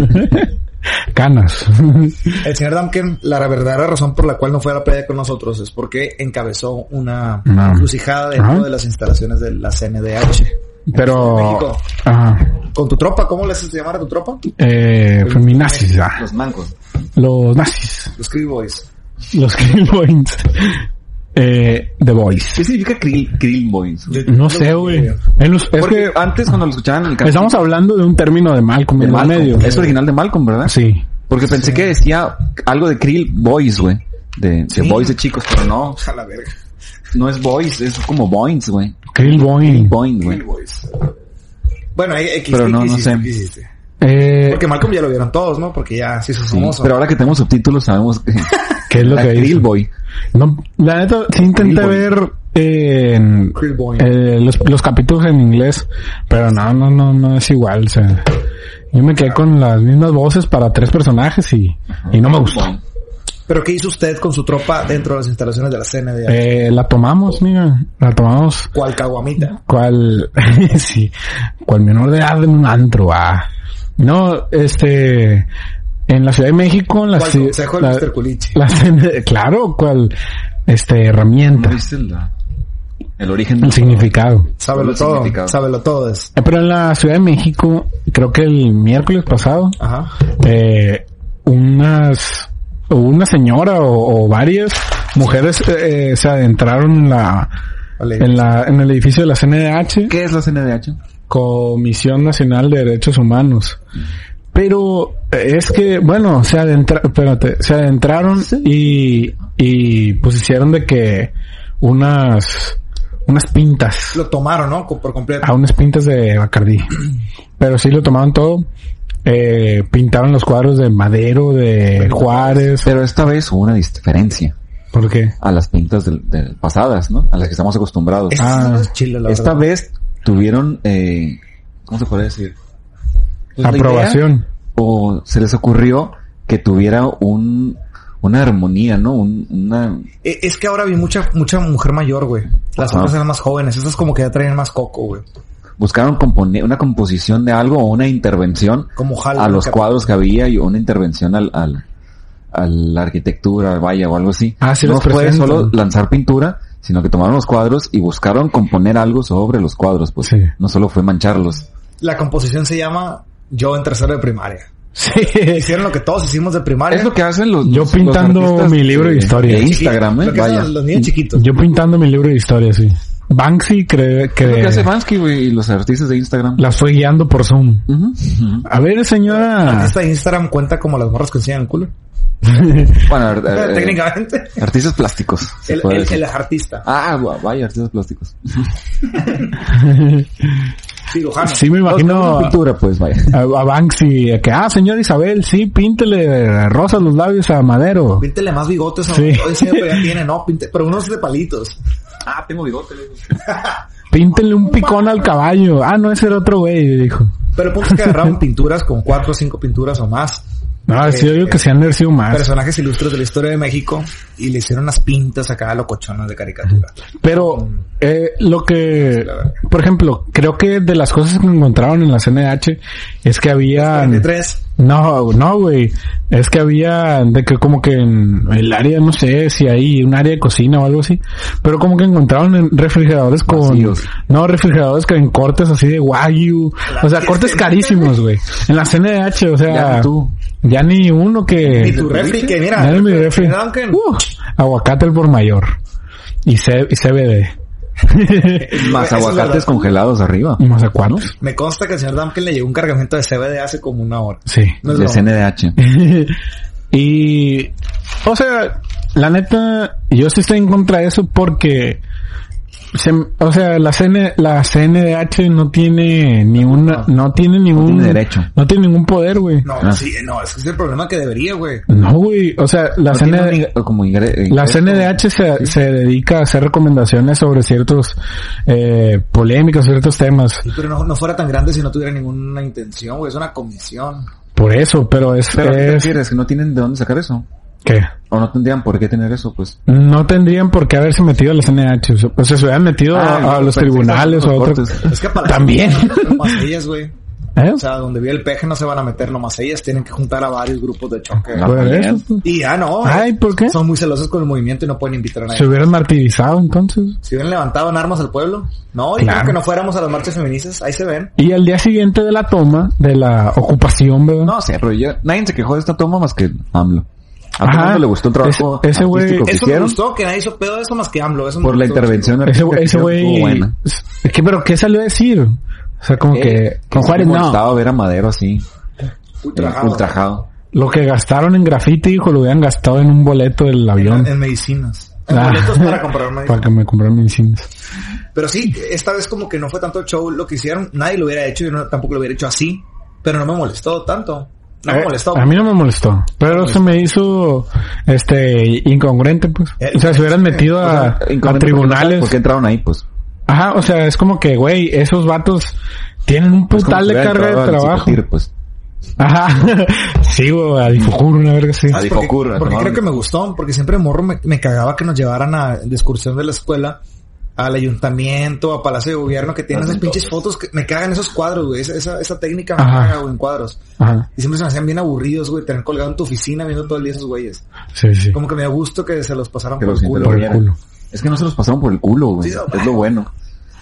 Canas. El señor Damken, la verdadera razón por la cual no fue a la playa con nosotros es porque encabezó una No. encrucijada dentro Ajá. de las instalaciones de la C N D H. Pero... México. Ajá. Con tu tropa, ¿cómo le haces llamar a tu tropa? Eh, feminazis, ah. Los mancos. Los nazis. Los Cree Boys. Los Kill Points. Eh, The Voice. ¿Qué significa Krill, Krill Boys? Yo- No yo sé, lo- güey. En los- Es Porque que antes cuando lo escuchaban en el estamos hablando de un término de Malcolm de en los Malcolm. medios. Es original de Malcolm, ¿verdad? Sí. Porque pensé que decía algo de Krill Boys, güey. De, de Sí. boys de chicos, pero no. A la verga. No es boys, es como boings, güey. Krill Boing. Boing, Cree güey. Boys. Bueno, ahí X, Pero no, no hiciste, sé. ¿qué hiciste? Eh, Porque Malcolm ya lo vieron todos, ¿no? Porque ya se hizo Sí, famoso. pero ahora que tenemos subtítulos sabemos que ¿qué es lo era que Krill dice? Boy. No, la neta, sí intenté Krill Boy. ver eh, en, Cree Boy. eh, los, los capítulos en inglés, pero no, no, no, no es igual, o sea, yo me quedé con las mismas voces para tres personajes y, y no me gustó. Boing. ¿Pero qué hizo usted con su tropa dentro de las instalaciones de la C N D H? Eh, la tomamos, mira, la tomamos, ¿Cuál caguamita? cual, sí, cual menor de edad en un antro, ah. No, este, en la Ciudad de México, en la, ¿Cuál ci- consejo del la- mister Culichi? la C N D claro, cual, este, ¿No herramienta, viste la- el origen? el significado. Sábelo el todo, significado. sábelo todo es. Eh, Pero en la Ciudad de México, creo que el miércoles pasado, Ajá. eh, unas, o una señora o, o varias mujeres eh, se adentraron en la, Vale. en la, en el edificio de la C N D H, ¿Qué es la C N D H? Comisión Nacional de Derechos Humanos. Pero eh, es que, bueno, se adentraron, espérate, se adentraron y, y pues hicieron de que unas, unas pintas. Lo tomaron, ¿no? Co- Por completo. A unas pintas de Bacardí. Pero sí lo tomaban todo. eh, pintaban los cuadros de Madero, de Juárez. Pero esta vez hubo una diferencia ¿Por qué? a las pintas del, del pasadas, ¿no? A las que estamos acostumbrados. Esta Ah, no es chile, la Esta verdad. vez tuvieron, eh, ¿cómo se puede decir? Pues la Aprobación. idea, o se les ocurrió que tuviera un, una armonía, ¿no? Un, una, Eh, Es que ahora vi mucha mucha mujer mayor, güey. Las Ajá. otras eran más jóvenes. Esas como que ya traían más coco, güey. buscaron componer una composición de algo o una intervención Como jalo. a los que- cuadros que había y una intervención al, al, a la arquitectura, vaya, o algo así. Ah, sí no los fue presentan. solo lanzar pintura, sino que tomaron los cuadros y buscaron componer algo sobre los cuadros, pues. Sí. No solo fue mancharlos. La composición se llama Yo en tercero de primaria. Sí. Hicieron lo que todos hicimos de primaria. Es lo que hacen los Yo los- pintando los artistas mi libro de historia. de Instagram, eh, Lo que vaya. hacen los niños chiquitos. Yo pintando mi libro de historia, sí. Banksy cree Es lo que hace que Bansky, güey, y los artistas de Instagram. la fue guiando por Zoom. Ujú, ujú. A ver, señora. Esta Instagram cuenta como las morras que enseñan el culo. Bueno, a ver, eh, Técnicamente. artistas plásticos. se El, puede el, decir. el artista. Ah, gua- vaya, artistas plásticos. Cirujano. Sí, me imagino a, pintura, pues, vaya. a Banksy, que, ah, señora Isabel, sí, píntele rosas los labios a Madero. Píntele más bigotes a Sí. Hoy sí, pero ya tiene, no, pinte, pero unos de palitos. Ah, tengo bigote. Píntele un picón al caballo. Ah, no, ese era otro güey, dijo. Pero el punto es que agarraron pinturas con cuatro o cinco pinturas o más. No, Eh, sí, yo digo que eh, se han de haber sido más. Personajes ilustres de la historia de México y le hicieron unas pintas acá locochonas de caricatura. Pero, eh, lo que, por ejemplo, creo que de las cosas que encontraron en la C N D H es que había... cuarenta y tres. No, no, güey. Es que había de que como que en el área, no sé si hay un área de cocina o algo así, pero como que encontraron en refrigeradores con... Vacíos. No, refrigeradores que en cortes así de Wagyu. O sea, cortes carísimos, güey. En la C N D H, o sea... Ya ni tú. Ya ni uno que... Y tu refri, que mira, Ya ni mi refri. Duncan. Uh, aguacate al por mayor. Y, C y C B D. Más Eso es aguacates verdad. congelados arriba. Y mazacuanos. Me consta que al señor Duncan le llegó un cargamento de C B D hace como una hora. Sí. No es De broma. C N D H. Y, o sea, la neta, yo sí estoy en contra de eso porque, se, o sea, la C N, la C N D H no tiene ni una, no tiene ningún, tiene derecho. no tiene ningún poder, güey. No, Ah. sí, no, ese es el problema que debería, güey. No, güey, o sea, la No C N D, tiene un ing- como ingre- la ingreso. C N D H se, se dedica a hacer recomendaciones sobre ciertos, eh, polémicas, ciertos temas. Sí, pero no, no fuera tan grande si no tuviera ninguna intención, güey. Es una comisión. Por eso, pero es, Pero ¿a qué te es, refieres? Que no tienen de dónde sacar eso. ¿qué? O no tendrían por qué tener eso, pues. No tendrían por qué haberse metido a la C N D H. O sea, se hubieran metido Ah, a, a no, los perfecto, tribunales o a los otro. cortes. Es que para También. nomás ellas, güey. ¿Eh? O sea, donde vive el peje no se van a meter nomás ellas. Tienen que juntar a varios grupos de choque. No. Por también. eso, pues. Y ya no. Ay, ¿por qué? Son muy celosos con el movimiento y no pueden invitar a nadie. Se hubieran martirizado entonces. Si hubieran levantado en armas al pueblo. No, y Claro. que no fuéramos a las marchas feministas. Ahí se ven. Y al día siguiente de la toma, de la ocupación, ¿verdad? No sé, pero ya nadie se quejó de esta toma más que AMLO. A todo el Ajá. mundo le gustó el trabajo Ese- ese güey- artístico que Eso me hicieron gustó, que nadie hizo pedo de eso más que AMLO. Eso me por la gustó, intervención chico. ese artística que ese hicieron, güey... estuvo buena. Es que, pero ¿qué salió a decir? O sea, como Eh, que... Con sí Juárez me no. molestaba ver a Madero así, Ultrajado. ultrajado. Lo que gastaron en grafiti, hijo, lo hubieran gastado en un boleto del avión. En, en medicinas. En Ah. boletos para comprar medicinas. Para que me compraran medicinas. Pero sí, esta vez como que no fue tanto el show lo que hicieron. Nadie lo hubiera hecho. Yo no, tampoco lo hubiera hecho así. Pero no me molestó tanto. No me Eh, molestó. A mí no me molestó. Pero se me hizo, este, incongruente, pues. Eh, O sea, se hubieran metido O a, sea, a incongruente porque no tribunales. saben ¿Por qué entraron ahí, pues? Ajá, o sea, es como que, güey, esos vatos tienen un Es como putal si de hubieran carga de entrado al trabajo. Cicotir, pues. Ajá. Sí, güey, a Difocur, una verga así. A ¿Sabes Difocur, por qué? a Porque tomar- creo que me gustó. Porque siempre morro me, me cagaba que nos llevaran a de excursión de la escuela al ayuntamiento, a Palacio de Gobierno, que tienen esas pinches fotos que me cagan esos cuadros, güey. Esa, esa, esa técnica me Ajá. caga, güey, en cuadros. Ajá. Y siempre se me hacían bien aburridos, güey, tener colgado en tu oficina viendo todo el día esos güeyes. Sí, sí. Como que me da gusto que se los pasaran Que por los el culo. Por el interrogaran. culo. Es que no se los pasaron por el culo, güey. Sí, Es lo bueno.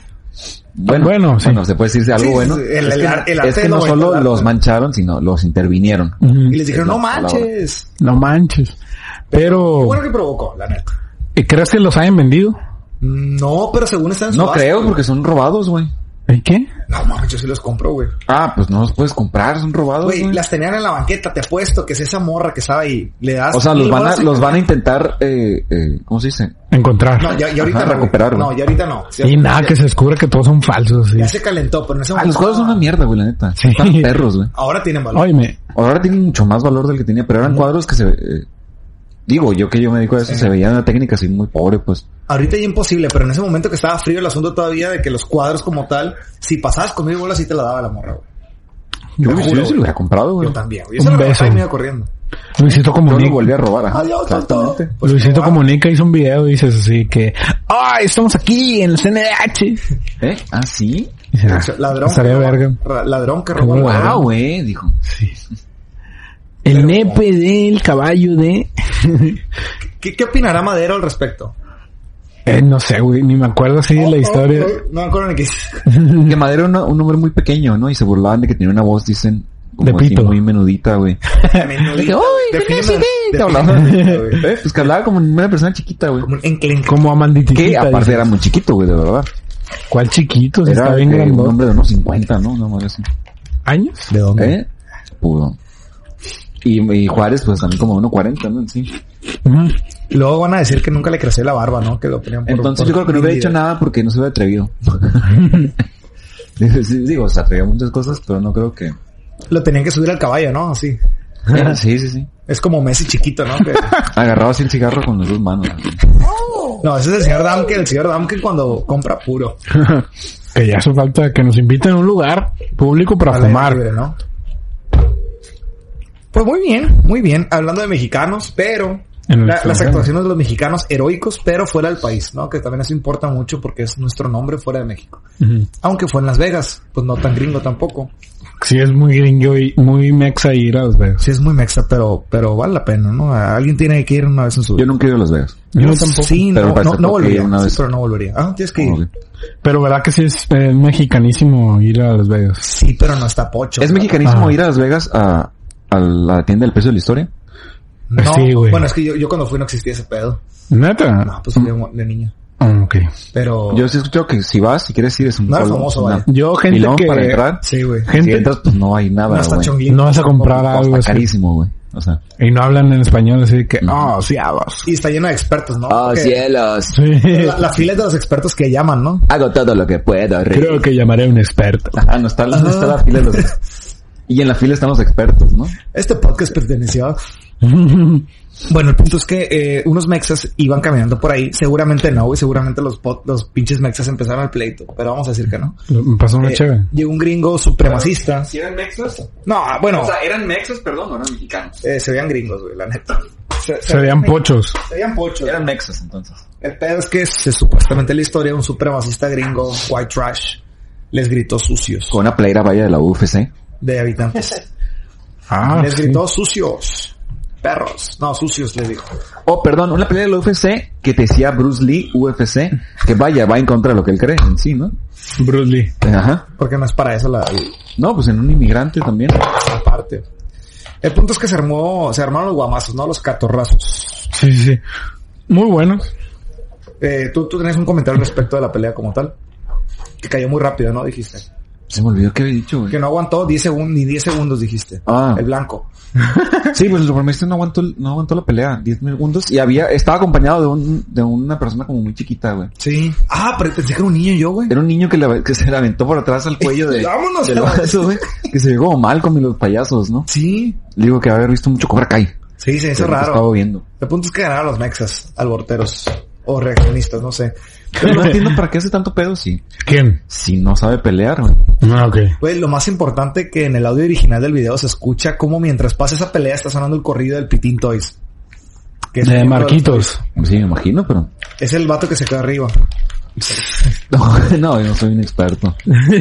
Bueno, Bueno, sí. bueno, se puede decirse algo Sí, sí, bueno. sí, el- es el que, ar- el es arte que lo no bueno, solo el arte. los mancharon, sino los intervinieron. Ujú. Y les dijeron, Es la no palabra. manches. No manches. Pero, Qué bueno que provocó, la neta. ¿y crees que los hayan vendido? No, pero según están en No subasta, creo, güey. porque son robados, güey. ¿Y qué? No mames, yo sí los compro, güey. Ah, pues no los puedes comprar, son robados, Güey, güey. las tenían en la banqueta, te apuesto que es esa morra que estaba ahí. Le das... O sea, los mil van a, bolas y- los van a intentar, eh, eh, ¿cómo se dice? Encontrar. No, ya, ya ahorita Ajá, no. recuperar, güey. güey. No, ya ahorita no. Sí, y ya- nada, que se descubre que todos son falsos. Sí. Ya se calentó, pero en ese Ah, momento... los cuadros son una mierda, güey, la neta. Sí. Están perros, güey. Ahora tienen valor. Óyeme, Ahora tienen mucho más valor del que tenía, pero eran cuadros que se... Eh, digo, yo que yo me dedico a eso, Sí. se veía una técnica así muy pobre, pues. Ahorita ya imposible, pero en ese momento que estaba frío el asunto todavía de que los cuadros como tal, si pasabas con mil bolas sí te la daba la morra, güey. Yo, Te yo juro, sí lo güey. hubiera comprado, güey. Yo también, güey. Yo Un se lo beso. rebajaba y me iba corriendo. Luisito Yo lo Comunica. volví a robar, ajá. Adiós, Exactamente. tonto. Pues, Luisito ¿cómo va? Comunica hizo un video y dices así que, ¡ay, estamos aquí en el C N D H! ¿Eh? ¿Ah, sí? Y dice, "Ah, Ladrón. estaría que roba- verga. ra- Ladrón que Qué roba. bueno. ladrón. Wow, güey, dijo. Sí. El Pero- nepe del caballo de... ¿Qué, ¿Qué opinará Madero al respecto? eh, no sé, güey, ni me acuerdo así de la historia. Oh, oh, oh, no me acuerdo ni qué es. Que Madero era una- un hombre muy pequeño, ¿no? Y se burlaban de que tenía una voz, dicen, como De así pito. muy menudita, güey. De que, "Uy, Defíneme- Te hablaba defíneme, güey. ¿Eh? Pues que hablaba como una persona chiquita, güey. Como un enclenque. Como Amanditita. Que aparte dices. era muy chiquito, güey, de verdad. ¿Cuál chiquito? Si Era está bien eh, un grandote. hombre de unos cincuenta, ¿no? Una madre así. ¿Años? ¿De dónde? ¿Eh? Pudo. Y, y Juárez, pues también como uno cuarenta, ¿no? Sí. Ujú. Luego van a decir que nunca le creció la barba, ¿no? Que lo ponían por... Entonces por yo creo que no hubiera hecho dignidad. nada porque no se hubiera atrevido. Sí, digo, se atrevió a muchas cosas, pero no creo que... Lo tenían que subir al caballo, ¿no? Así. Eh, sí, sí, sí. Es como Messi chiquito, ¿no? Que- Agarraba así el cigarro con las dos manos. No, ese es el señor Damke, el señor Damke cuando compra puro. Que ya hace falta que nos inviten a un lugar público para Al aire fumar. libre, ¿no? Pues muy bien, muy bien. Hablando de mexicanos, pero... En el la- las extranjero. actuaciones de los mexicanos heroicos, pero fuera del país, ¿no? Que también eso importa mucho porque es nuestro nombre fuera de México. Ujú. Aunque fue en Las Vegas, pues no tan gringo tampoco. Sí, es muy gringo y muy mexa ir a Las Vegas. Sí es muy mexa, pero pero vale la pena, ¿no? Alguien tiene que ir una vez en su vida. Yo nunca he ido a Las Vegas. Yo tampoco. Sí, Pero no, parece no, que no ir volvería. una Sí, vez. pero no volvería. Ah, tienes que ir. Ok. Pero verdad que sí es eh, mexicanísimo ir a Las Vegas. Sí, pero no está pocho. ¿Es mexicanísimo Ah. ir a Las Vegas a, a la tienda del precio de la historia? No, Sí, güey. bueno, es que yo, yo cuando fui no existía ese pedo. ¿Neta? No, pues fui de, de niño. Ah, ok. Pero... Yo sí he escuchado que si vas, si quieres ir, es un No es solo- famoso, una- vaya. Yo, Y gente luego que... para entrar, Sí, güey. si Gente... entras, pues no hay No nada, está güey. chonguín. No vas a comprar No, algo está así. carísimo, güey. O sea, Y no hablan en español, así que... Ujú. Oh, sí, hablas. Y está lleno de expertos, ¿no? ¡oh, Porque cielos! Sí. La, la fila es de los expertos que llaman, ¿no? Hago todo lo que puedo, rey. Creo que llamaré a un experto. Ajá, no está, no está la fila de los... Y en la fila están los expertos, ¿no? Este podcast perteneció... Bueno, el punto es que eh, unos mexas iban caminando por ahí. Seguramente no, güey. Seguramente los, pot- los pinches mexas empezaron el pleito. Pero vamos a decir que no. Me pasó una Eh, chévere. llegó un gringo supremacista. ¿Si eran mexas? No, bueno, eran mexas, perdón, no eran mexicanos. eh, se veían gringos, güey, la neta. Se, Se veían pochos. Se veían pochos. Eran mexas, entonces. El pedo es que se, supuestamente en la historia un supremacista gringo, white trash, les gritó sucios Con una playera vaya de la U F C. de habitantes. Ah, les sí. gritó sucios. Perros. No, sucios les dijo. Oh, perdón, una pelea de la U F C que te decía Bruce Lee, U F C, que vaya, va en contra de lo que él cree en sí, ¿no? Bruce Lee. Ajá. Porque no es para eso la, No, pues en un inmigrante también. la parte. El punto es que se armó, se armaron los guamazos, ¿no? Los catorrazos. Sí, sí, sí. Muy buenos. Eh, tú, tú tenés un comentario respecto de la pelea como tal. Que cayó muy rápido, ¿no? Dijiste. Se me olvidó que había dicho, güey. Que no aguantó diez segundos, ni diez segundos dijiste. Ah. El blanco. Sí, pues el supremacista no aguantó, no aguantó la pelea, diez segundos, y había, estaba acompañado de un, de una persona como muy chiquita, güey. Sí. Ah, pero pensé que era un niño yo, güey. Era un niño que, le, que se le aventó por atrás al cuello de, Vámonos, del cabrón. vaso, güey. Que se llegó mal con los payasos, ¿no? Sí. Le digo que haber visto mucho Cobra Kai. Sí, se hizo Pero lo raro. estaba viendo. El punto es que ganaron los mexas, alborteros. O reaccionistas, no sé. Pero no entiendo para qué hace tanto pedo si, ¿Quién? si no sabe pelear, güey. Ah, ok. Güey, lo más importante que en el audio original del video se escucha como mientras pasa esa pelea está sonando el corrido del Pitín Toys. Que es De el miembro de los Marquitos. Sí, me imagino, pero... Toys. Es el vato que se queda arriba. No, no, yo no soy un experto.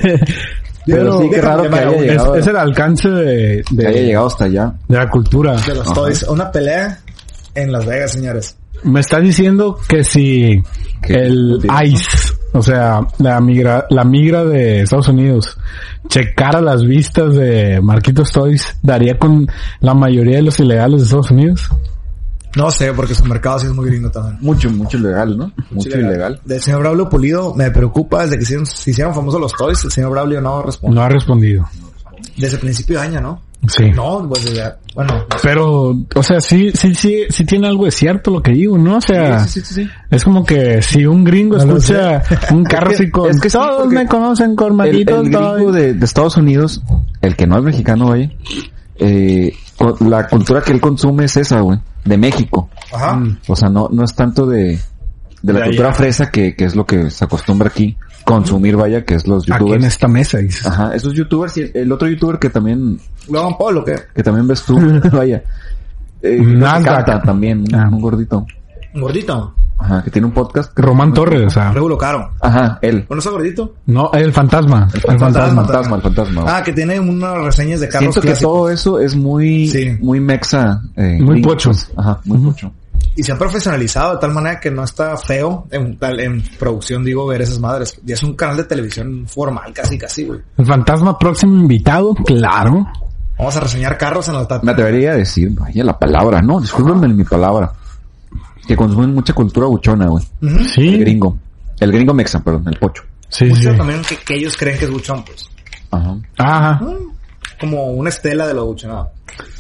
Pero sí, qué raro que haya es, llegado, es el alcance de, que haya de, llegado hasta allá. de la cultura. De los Ajá. Toys. Una pelea en Las Vegas, señores. Me está diciendo que si ¿Qué? el ¿Qué? ICE, o sea, la migra, la migra de Estados Unidos, checara las vistas de Marquitos Toys, daría con la mayoría de los ilegales de Estados Unidos. No sé, porque su mercado sí es muy gringo también. Mucho, mucho ilegal, ¿no? Mucho ilegal. ilegal. Del señor Braulio Pulido me preocupa desde que se hicieron, se hicieron famosos los toys, el señor Braulio no responde. No ha respondido. Desde el principio de año, ¿no? Sí. No, pues desde, bueno. No sé. Pero, o sea, sí, sí, sí, sí tiene algo de cierto lo que digo, ¿no? O sea, Sí, sí, sí, sí. es como que si un gringo No lo escucha un carro Es que- así con, es que sí, todos porque me conocen con El, Marquitos, el gringo Toy". de, de Estados Unidos, el que no es mexicano, güey, eh, co- la cultura que él consume es esa, güey, de México. Ajá. Mm. O sea, no, no es tanto de, de la De cultura allá. fresa que, que es lo que se acostumbra aquí, consumir, vaya, que es los Aquí en youtubers. esta mesa, dices. Ajá, esos youtubers y el, el otro youtuber que también, Logan Paul, ¿o qué? que también ves tú, vaya. Eh, Nasdaq. canta también, Ah. un gordito. Un gordito. Ajá, que tiene un podcast. Román Torres, o sea. Regulo caro. Ajá, él. ¿Bueno, está gordito? No, el fantasma. El fantasma. fantasma. El fantasma, el fantasma. Ah, que tiene unas reseñas de carros Siento que clásicos. todo eso es muy, Sí. muy mexa. Eh, Muy gringo, pocho. pues. Ajá, muy Ujú. pocho. Y se han profesionalizado de tal manera que no está feo en, tal, en producción, digo, ver esas madres. Y es un canal de televisión formal, casi, casi, güey. El fantasma próximo invitado, claro. Vamos a reseñar carros en la Me Tata. atrevería a decir, vaya la palabra, no, discúlpenme mi palabra. Que consumen mucha cultura buchona, güey. Ujú. Sí. El gringo. El gringo mexa, perdón, el pocho. Sí, Mucho sí. también que, que ellos creen que es buchón, pues. Ajá. Ajá. Como una estela de lo buchonado.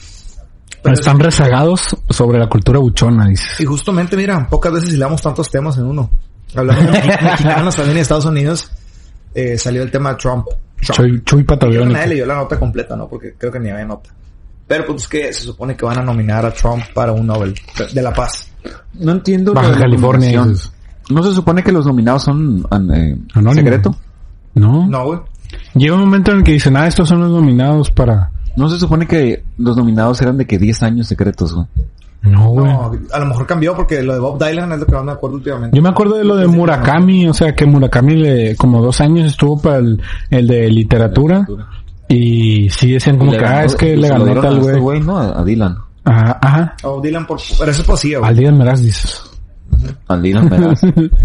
Pero Están rezagados sobre la cultura buchona, dices. Y justamente, mira, pocas veces hilamos tantos temas en uno. Hablando de mexicanos también en Estados Unidos, eh, salió el tema de Trump. Trump. Chuy, chuy Yo patabiónico. nadie leyó la nota completa, ¿no? Porque creo que ni había nota. Pero pues es que se supone que van a nominar a Trump para un Nobel de- de la Paz. No entiendo. Baja lo de la California, nominación. dices. ¿No se supone que los nominados son an- eh, Anónimo. secreto? No. No, güey. Llega un momento en el que dicen, ah, estos son los nominados para... No se supone que los nominados eran de que diez años secretos, güey. No, güey. No, a lo mejor cambió porque lo de Bob Dylan es lo que más me acuerdo últimamente. Yo me acuerdo de lo de Murakami, o sea, que Murakami le, como dos años estuvo para el, el de literatura. Y sí decían como Y le que, ah, ganó- es que se le lo ganó dieron a tal este güey. güey, ¿no? A, a Dylan. Ajá, ajá. O Dylan por... Pero eso es poesía, güey. Al día me las dices. A Dylan, ¿verdad?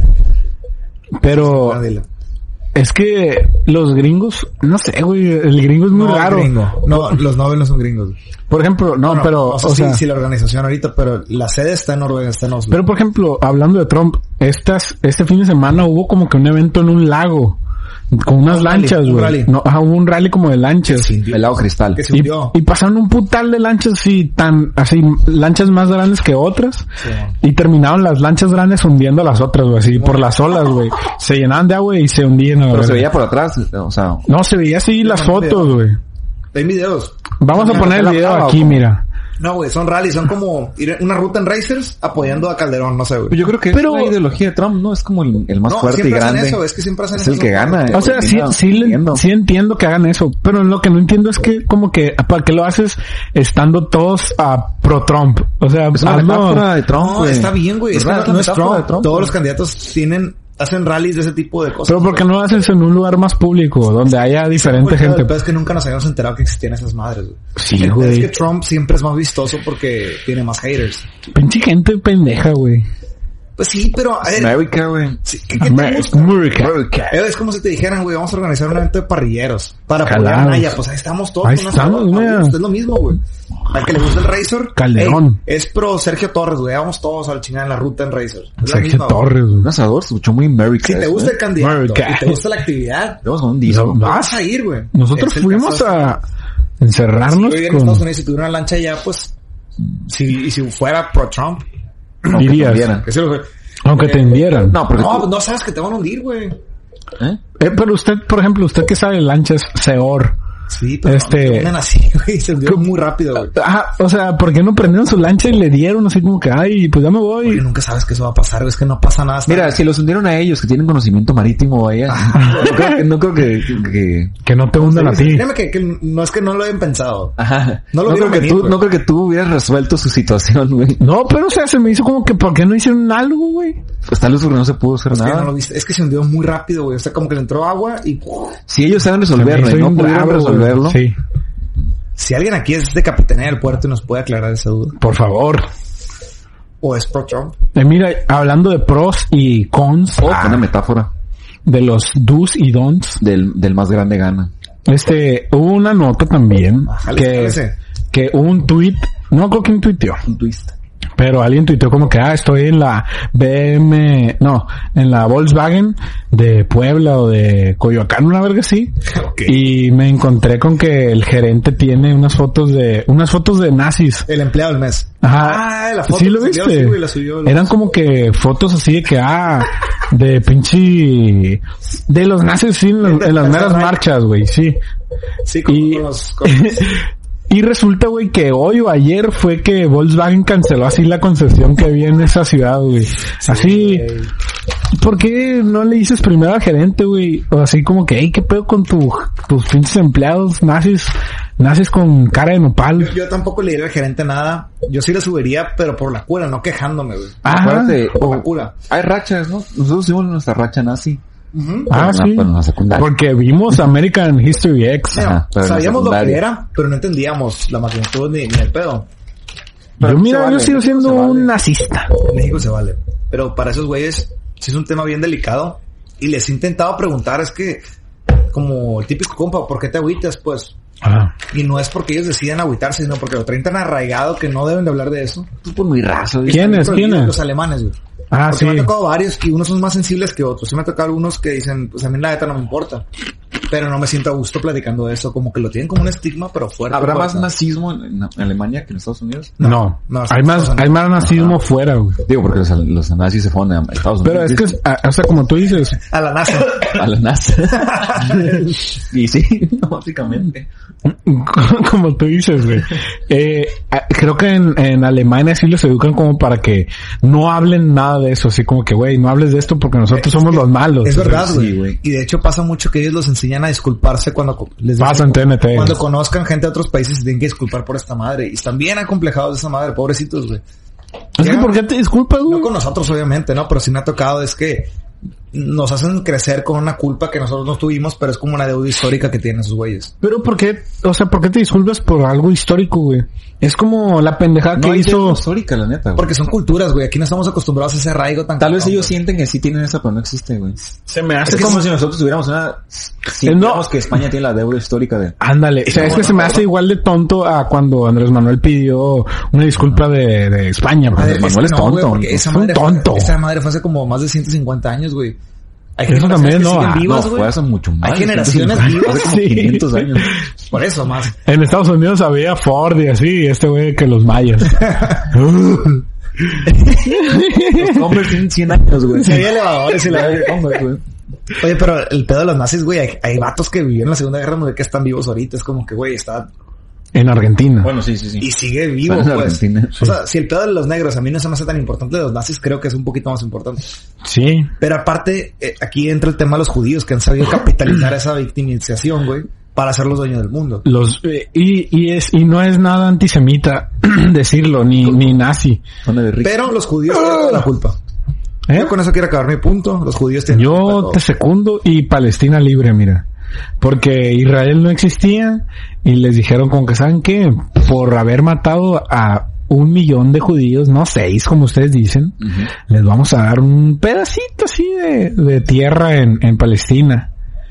Pero Ah, Dylan. es que los gringos, no sé, güey, el gringo es muy No, raro. gringo. No, los Nobel no son gringos. Por ejemplo, no, Bueno, pero, no sé o si, sea, si la organización ahorita, pero la sede está en Noruega, está en Oslo. pero por ejemplo, hablando de Trump, estas, este fin de semana hubo como que un evento en un lago, con unas Un rally, lanchas, un güey. rally. No, ajá, hubo un rally como de lanchas. El lado cristal. que se Y, hundió. y pasaron un putal de lanchas así, tan, así, lanchas más grandes que otras. Sí. Y terminaron las lanchas grandes hundiendo a las otras, güey, así, por las olas, güey. Se llenaban de agua y se hundían. a la Pero se verga. veía por atrás, o sea... No, se veía así las no, fotos, video. güey. Hay videos. Vamos a No, poner el la video brava, aquí, ¿o cómo? mira. No, güey, son rallies, son como ir una ruta en racers apoyando a Calderón, no sé, güey. Pues yo creo que Pero- es la ideología de Trump, ¿no? Es como el, el más No, fuerte y siempre hacen grande. eso, es que siempre hacen Es eso. el que gana. O sea, sí, sí, le- sí entiendo que hagan eso, pero lo que no entiendo es que como que, ¿para qué lo haces estando todos a pro Trump? O sea, Es una hazlo- metáfora de Trump, No, güey. está bien, güey. Es que ¿Verdad? no, no es metáfora Trump. de Trump, Todos güey. los candidatos tienen, hacen rallies de ese tipo de cosas. pero ¿por qué no lo haces en un lugar más público, donde haya diferente Porque gente? El peor es que nunca nos habíamos enterado que existían esas madres, güey. Sí, El peor güey. Es que Trump siempre es más vistoso porque tiene más haters. Pinche gente pendeja, güey. Pues sí, pero a ver, América, güey. sí, ¿qué, qué te Amer- gusta? America. Eh, Es como si te dijeran, güey, vamos a organizar un evento de parrilleros para apoyar a Calados. Naya. Pues ahí estamos todos. Ahí con una estamos, sola- güey. a gusto, Es lo mismo, güey. Al que le gusta el Razor. Calderón. ey, es pro Sergio Torres, güey. Vamos todos al chingada en la ruta en Razor. Es la Sergio misma, güey. Torres, güey. Un asador, se escuchó muy América. Si te eso, gusta ¿eh? el candidato America. y te gusta la actividad, Vamos con un disco. No, vas a ir, güey. Nosotros Es el fuimos caso. a Si encerrarnos yo viviera en con... Estados Unidos y tuviera una lancha allá, pues, si, y si fuera pro Trump, Aunque Irías. tuvieran. que se lo Aunque te hundieran. No, porque No, tú- no sabes que te van a hundir, güey. ¿eh? Eh, pero usted, por ejemplo, usted que sabe de lanchas, Seor. Sí, pero Este- no, te hunden así, güey. Se hundió muy rápido, güey. Ah, o sea, ¿por qué no prendieron su lancha y le dieron así como que, ay, pues ya me Porque voy? nunca sabes que eso va a pasar, güey. Es que no pasa nada. hasta- Mira, si los hundieron a ellos que tienen conocimiento marítimo, vaya. no creo que, no creo que, que- Que no te hundan a ti. Créeme que, que no es que no lo hayan pensado. Ajá. No lo creo vieron que venir, tú, güey. no creo que tú hubieras resuelto su situación, güey. No, pero o sea, se me hizo como que, ¿por qué no hicieron algo, güey? Pues tal vez porque no se pudo hacer Es que nada. no lo viste. Es que se hundió muy rápido, güey. O sea, como que le entró agua y... Si ellos saben Se me resolverlo hizo y no bien pudieron bravo, güey. resolverlo, Sí, Si alguien aquí es de Capitanía del Puerto y nos puede aclarar esa duda. por favor. O es pro Trump. Eh, mira, hablando de pros y cons, oh, ah, una metáfora de los do's y don'ts, del, del más grande gana. este, hubo una nota también Ajá, que, jálese. que hubo un tweet, no creo que un tuiteó, Un twist. pero alguien tuiteó como que, ah, estoy en la B M, no, en la Volkswagen de Puebla o de Coyoacán, una verga así. Okay. Y me encontré con que el gerente tiene unas fotos de, unas fotos de nazis. El empleado del mes. Ajá. Ah, la foto. ¿Sí lo viste? Subió, sí, güey, la subió, la Eran como que fotos así de que, ah, de pinche, de los nazis, sí, en, en las meras marchas, güey, sí. Sí, como y, con los, con los... Y resulta, güey, que hoy o ayer fue que Volkswagen canceló así la concesión que había en esa ciudad, güey. Sí, así, wey. ¿Por qué no le dices primero al gerente, güey? O así como que, hey, ¿qué pedo con tu, tus pinches empleados nazis, nazis con cara de nopal? Yo, yo tampoco le diría al gerente nada. Yo sí le subiría, pero por la cura, no quejándome, güey. Ajá. Por la cura. Hay rachas, ¿no? Nosotros hicimos nuestra racha nazi. Uh-huh. Ah, pero sí. No, pero porque vimos American History X. Ajá, sabíamos lo que era, pero no entendíamos la magnitud ni, ni el pedo. Pero yo, mira, vale, yo sigo siendo vale. un nazista. En México se vale. Pero para esos güeyes, sí es un tema bien delicado. Y les he intentado preguntar, es que, como el típico compa, ¿por qué te agüitas? Pues, ah. Y no es porque ellos deciden agüitarse, sino porque lo traen tan arraigado que no deben de hablar de eso. Tú por muy raso. ¿Quiénes? ¿Quiénes? Los alemanes, güey. Ah, porque sí. me han tocado varios y unos son más sensibles que otros. Sí me ha tocado algunos que dicen, pues a mí la neta no me importa. Pero no me siento a gusto platicando de eso. Como que lo tienen como un estigma, pero fuerte. ¿Habrá fuerte. más nazismo en, en Alemania que en Estados Unidos? No. no, no hay más, hay más nazismo Ajá. fuera, güey. Digo, porque los, los nazis se fueron a Estados Unidos. Pero es que, a, o sea, como tú dices. A la NASA. A la NASA. Y sí, básicamente. Como tú dices, güey. Eh, creo que en, en Alemania sí los educan como para que no hablen nada de eso. Así como que, güey, no hables de esto porque nosotros es somos que, los malos. Es verdad, güey. Sí, y de hecho pasa mucho que ellos los enseñan a disculparse cuando les pasa en T N T. Cuando conozcan gente de otros países se tienen que disculpar por esta madre. Y están bien acomplejados de esa madre, pobrecitos, güey. Es que ¿por qué te disculpas, güey? No con nosotros, obviamente, ¿no? Pero sí me ha tocado, es que nos hacen crecer con una culpa que nosotros no tuvimos, pero es como una deuda histórica que tienen esos güeyes. Pero ¿por qué? O sea, ¿por qué te disculpas por algo histórico, güey? Es como la pendejada no que hizo... histórica, la neta, güey. Porque son culturas, güey. Aquí no estamos acostumbrados a ese arraigo tan... Tal cabrón, vez ellos güey. sienten que sí tienen esa, pero no existe, güey. Se me hace es como... como si nosotros tuviéramos una... Si no. que España tiene la deuda histórica de... Ándale. O sea, no, es que no, se me no, hace no. igual de tonto a cuando Andrés Manuel pidió una disculpa de, de España. Andrés Manuel es tonto. Wey, esa es un tonto. Fue, esa madre fue hace como más de ciento cincuenta años, güey. Hay eso también, no. Ah, vivas, no, fue hace mucho más. Hay generaciones vivas. Hace como sí. quinientos años. Por eso, más. En Estados Unidos había Ford y así, y este güey que los mayas. Los Converse tienen cien años, güey. Sí, había elevadores y la de Converse, güey. Oye, pero el pedo de los nazis, güey, hay, hay vatos que vivieron en la Segunda Guerra Mundial que están vivos ahorita. Es como que, güey, está... En Argentina. Bueno, sí, sí, sí. Y sigue vivo, en pues. Argentina, sí. O sea, si el pedo de los negros a mí no se me hace tan importante, de los nazis creo que es un poquito más importante. Sí. Pero aparte, eh, aquí entra el tema de los judíos que han sabido capitalizar esa victimización, güey, para ser los dueños del mundo. Los eh, y y es y no es nada antisemita decirlo, ni ni nazi. Pero los judíos tienen toda la culpa. ¿Eh? Yo con eso quiero acabar mi punto. Los judíos tienen Yo culpa de te secundo y Palestina libre, mira. Porque Israel no existía y les dijeron como que, ¿saben qué? Por haber matado a un millón de judíos, no seis como ustedes dicen, uh-huh. les vamos a dar un pedacito así de, de tierra en, en Palestina.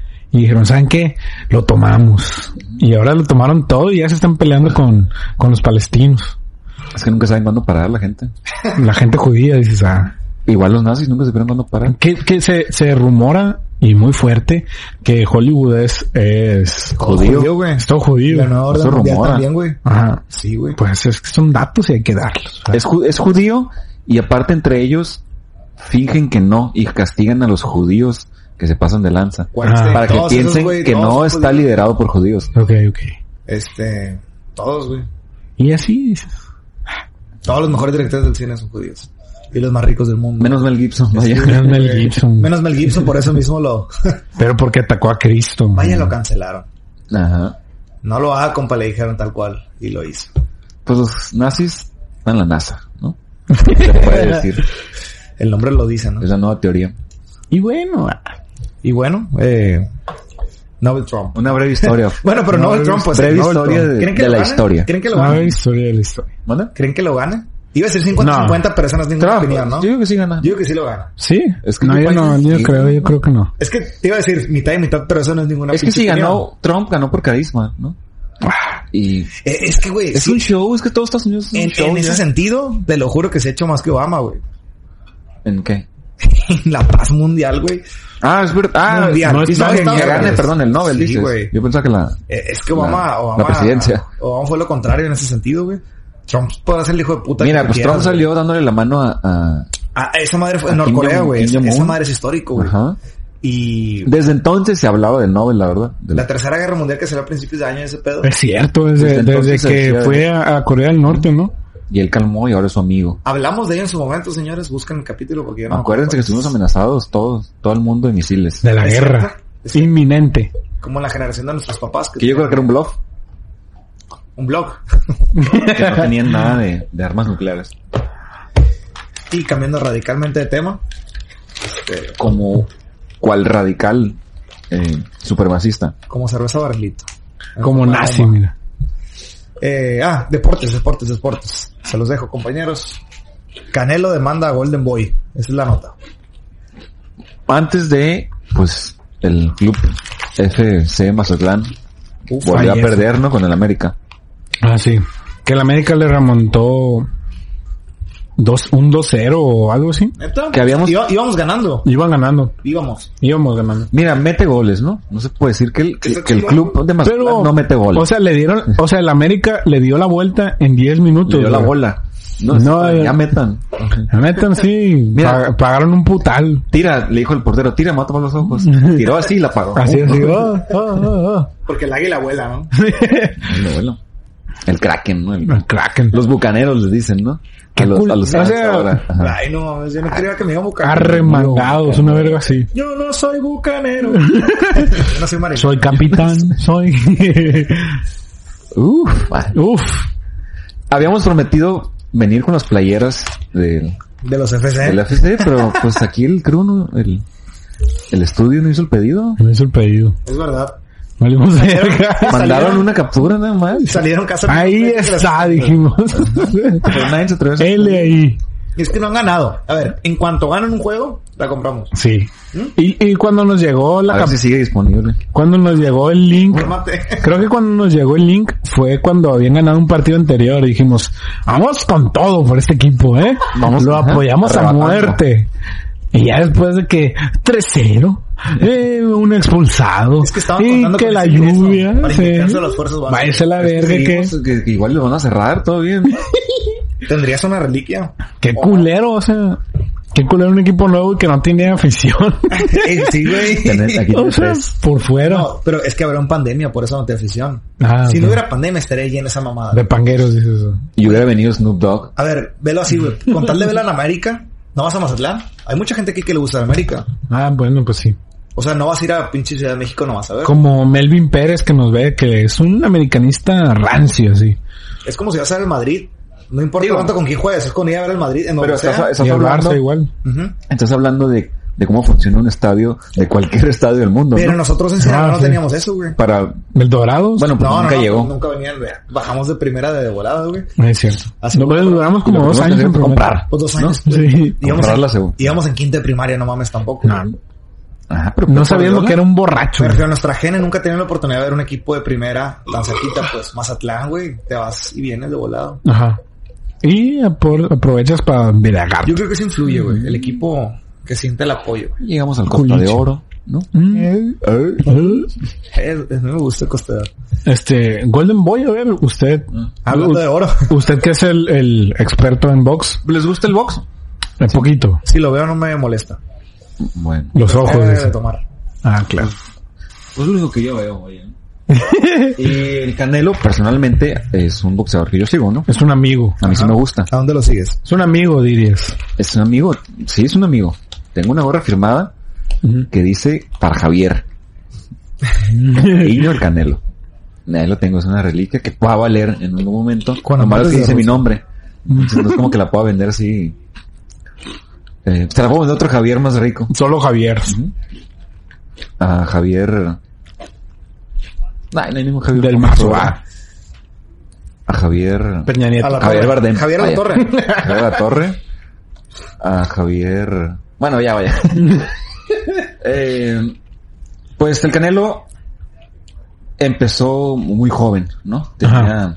Y dijeron, ¿saben qué? Lo tomamos. Y ahora lo tomaron todo y ya se están peleando con, con los palestinos. Es que nunca saben cuándo parar la gente. La gente judía, dices, ah. Igual los nazis nunca supieron cuándo parar. Que, que se, se rumora, y muy fuerte, que Hollywood es, es judío, güey. Es todo judío. La nueva orden mundial también, güey. Ajá. Sí, güey. Pues es que son datos y hay que darlos. Es, es judío, y aparte entre ellos, fingen que no, y castigan a los judíos que se pasan de lanza. Ah. Para que todos piensen esos, güey, que no está judíos. liderado por judíos. Ok, ok. Este, todos, güey. Y así dices. Todos los mejores directores del cine son judíos. Y los más ricos del mundo. Menos Mel Gibson, vaya. Menos Mel Gibson. Menos Mel Gibson, por eso mismo lo... Pero porque atacó a Cristo. Vaya, lo cancelaron. Ajá. No lo haga, compa, le dijeron tal cual. Y lo hizo. Pues los nazis están en la NASA, ¿no? Se puede decir. El nombre lo dice, ¿no? Es la nueva teoría. Y bueno... Y bueno, eh... Donald Trump. Una breve historia. Bueno, pero Donald Trump, pues... Breve historia de, de la historia. ¿Creen que lo Una gane? breve historia de la historia. ¿Vale? ¿Creen que lo gane? Iba a ser cincuenta cincuenta, no. Pero esa no es ninguna Trump, opinión, ¿no? Yo digo que sí gana. Yo digo que sí lo gana. ¿Sí? Es que no, yo no, yo sí, creo, yo creo que no. Es que te iba a decir mitad y mitad, pero eso no es ninguna Es que sí opinión. ganó, Trump ganó por carisma, ¿no? Y Eh, es que, güey, es sí, un show, es que todos Estados Unidos es un en, show. en ese ya. sentido, te lo juro que se ha hecho más que Obama, güey. ¿En qué? La paz mundial, güey. Ah, es verdad. Ah, Mundial. no es Sí, no, son que Estados gane, Unidos. perdón, el Nobel, Sí, dices. güey. Yo pensaba que la... Eh, es que Obama, La- Obama, la presidencia. Obama fue lo contrario en ese sentido, güey. Trump puede ser el hijo de puta. Mira, que pues quieras, Trump güey. salió dándole la mano a... a- Ah, esa madre fue a en Kim Norcorea, Jong- güey. Kim Esa Jong-un. madre es histórico, güey. Ajá. Y Desde entonces se hablaba del Nobel, la verdad. De la tercera guerra mundial que salió a principios de año ese pedo. Es cierto, desde, Desde desde entonces que decía- fue a, a Corea del Norte, ¿no? Y él calmó y ahora es su amigo. Hablamos de ello en su momento, señores. Busquen el capítulo porque yo no me Acuérdense que acuerdo. estuvimos amenazados todos, todo el mundo de misiles. De la Es guerra. cierto. Es que- Inminente. Como la generación de nuestros papás. Que yo creo que era un bluff. Un blog. Que no tenían nada de, de armas nucleares. Y cambiando radicalmente de tema. Este, Como cual radical eh, supremacista. como cerveza barrilito. Como Como nazi, Roma. mira. Eh, ah, deportes, deportes, deportes. Se los dejo, compañeros. Canelo demanda a Golden Boy. Esa es la nota. Antes de, pues, el club F C Mazatlán Uf, volvió a ayer. perder, ¿no? Con el América. Ah, sí. Que el América le remontó dos, un dos cero o algo así. ¿Neta? Que habíamos- Iba- íbamos ganando. Iban ganando. Íbamos. Íbamos ganando. Mira, mete goles, ¿no? No se puede decir que el, que, Está que el chingón. club de Mazatlán Pero, no mete goles. o sea, le dieron, o sea, el América le dio la vuelta en diez minutos. le dio la güey. bola. No, No, ya, eh. ya metan. La neta, sí. Mira. Pa- pagaron un putal. Tira, le dijo el portero, tira, mata por los ojos. Tiró así y la pagó. Así, así. Oh, oh, oh, oh. Porque el águila vuela, ¿no? El abuelo. El Kraken, ¿no? El- El Kraken. los bucaneros les dicen, ¿no? Qué a los, cool. a los O sea, ahora. Ajá. Ay, no mames, yo no quería que me digan bucanero. Arremangados, una verga así. Yo no soy bucanero. Yo no soy marino. Soy capitán, soy... Uf, vale. Uf. Habíamos prometido venir con las playeras del, De los F C. del F C, pero pues aquí el crew, no, el, el estudio no hizo el pedido. Me hizo el pedido. Es verdad. Valimos verga. Mandaron Salieron- una captura nada más. Salieron casa. Ahí está, dijimos. Pero nadie se atrevió a hacer- L ahí. Y es que no han ganado. A ver, en cuanto ganan un juego, la compramos. Sí. Y, y cuando nos llegó la A ver cap- si sigue disponible. cuando nos llegó el link, Fórmate. creo que cuando nos llegó el link fue cuando habían ganado un partido anterior y dijimos, vamos con todo por este equipo, ¿eh? Vamos, Lo ajá, apoyamos a arrebatando. muerte. Y ya después de que tres cero, eh, un expulsado, Es que estaban y contando que con la ese ingreso lluvia, para sí. invitarse a las fuerzas básicas. Váyase a la verga que, Dijimos que, que igual lo van a cerrar, todo bien. Tendrías una reliquia. qué culero, o sea, qué culero un equipo nuevo y que no tiene afición. Eh, sí, güey. Tener- aquí o tienes sea, tres. por fuera. No, pero es que habrá un pandemia, por eso no te afición. Ah, si ok. no hubiera pandemia, estaría llena esa mamada. De pangueros, dices eso. Y hubiera venido Snoop Dogg. A ver, velo así, güey. Con tal de verla en América, ¿no vas a Mazatlán? Hay mucha gente aquí que le gusta la América. Ah, bueno, pues sí. O sea, no vas a ir a pinche Ciudad de México, no vas a ver. Como Melvin Pérez que nos ve que es un americanista rancio, así. Es como si vas a ver el Madrid. No importa Digo, tanto con quién juegues, es con ir a ver el Madrid en donde Pero sea. estás, estás Y el hablando, Barça igual. Ujú. estás hablando de, de cómo funciona un estadio de cualquier estadio del mundo, Pero ¿no? nosotros en Sinaloa Ah, no sí. teníamos eso, güey. Para, ¿El Dorados? bueno, pues No, nunca no, no, llegó. nunca venían, güey. Bajamos de primera de volada, güey. No es cierto. Así Lo- fue. duramos Y como lo dos primero años que en hacíamos fue comprar. Pues dos ¿no? años. Sí. Íbamos Comprar en, la segunda. íbamos en quinta de primaria, no mames tampoco. No, Ajá, pero no por sabías lo Guardiola. que era un borracho. Me refiero a nuestra gene, nunca tenían la oportunidad de ver un equipo de primera tan cerquita, pues Mazatlán, güey. Te vas y vienes de volado. Ajá. Y apro- aprovechas para viajar. Yo creo que eso influye, güey. El equipo que siente el apoyo, güey. Llegamos al Costa de Culiche. Oro, ¿no? Mm. Eh. Eh, eh, me gusta Costa de Oro. Este, Golden Boy, a ver, usted, Hablando de oro. usted que es el, el experto en box, ¿Les gusta el box? un poquito. Si lo veo no me molesta. Bueno, Los ojos. Debe dice. de tomar. Ah, claro. pues lo único que yo veo, oye. Y el Canelo, personalmente, es un boxeador que yo sigo, ¿no? Es un amigo. A mí sí Ajá. me gusta. ¿A dónde lo sigues? Es un amigo, dirías. Es un amigo, sí es un amigo. Tengo una gorra firmada Ujú. que dice para Javier. Niño el Canelo. Ahí lo tengo, es una reliquia que pueda valer en algún momento. Con Lo malo es amores que de dice mi Rusia. nombre. Entonces no es como que la pueda vender así. Eh, se la puedo vender a otro Javier más rico. Solo Javier. A Javier... Ay, no hay ningún Javier. Del famoso, Mazo. ¿verdad? A Javier... Peña Nieto. A la Javier Torre. Bardem. Javier La Vaya. Torre. Javier La Torre. A Javier... Bueno, ya vaya. eh, pues el Canelo empezó muy joven, ¿no? Tenía, Ajá.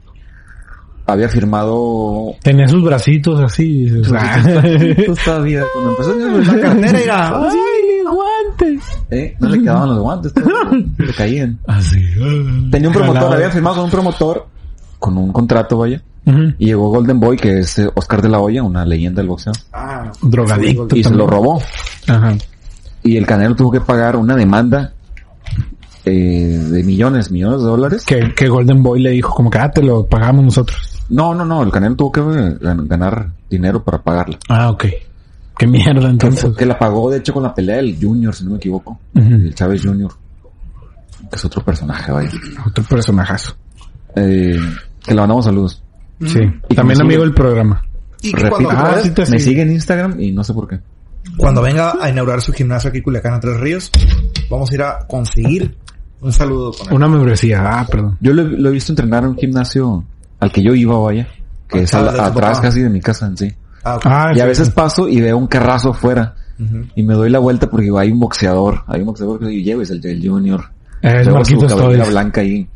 había firmado... Tenía sus bracitos así. O sea, todavía, cuando empezó La cartera era... ¡ay, mis guantes! ¿eh? No le quedaban los guantes, todo, le caían. Así. Tenía un promotor, Jalaba. había firmado con un promotor, con un contrato, vaya. Ujú. Y llegó Golden Boy, que es eh, Oscar de la Hoya, una leyenda del boxeo. Ah, Drogadicto. Y se también. lo robó. Ajá. Y el Canelo tuvo que pagar una demanda eh, de millones, millones de dólares. Que, que Golden Boy le dijo como que, ah, te lo pagamos nosotros. No, no, no, el Canelo tuvo que eh, gan- ganar dinero para pagarla. Ah, ok. Qué mierda, entonces. Que la pagó, de hecho, con la pelea del Junior, si no me equivoco. Ujú. El Chávez Junior. Que es otro personaje, vaya. Otro personajazo. Eh, que le mandamos saludos. Sí. Y También que me amigo sigue- del programa. y que Repito, cuando, Ah, sí te me sigue. sigue en Instagram y no sé por qué. cuando venga a inaugurar su gimnasio aquí en Culiacán, en Tres Ríos, vamos a ir a conseguir un saludo con él. Una membresía. Ah, perdón. Yo lo, lo he visto entrenar en un gimnasio al que yo iba, vaya. Que es Ah, al- de tu atrás papá. casi de mi casa en sí. Ah, ok. Ah, Y a sí, veces sí. paso y veo un carrazo afuera. Ujú. Y me doy la vuelta porque hay un boxeador. Hay un boxeador que lleva, es el, el Junior. Eh, Es Lleva su Marquitos cabellera Todes. blanca ahí.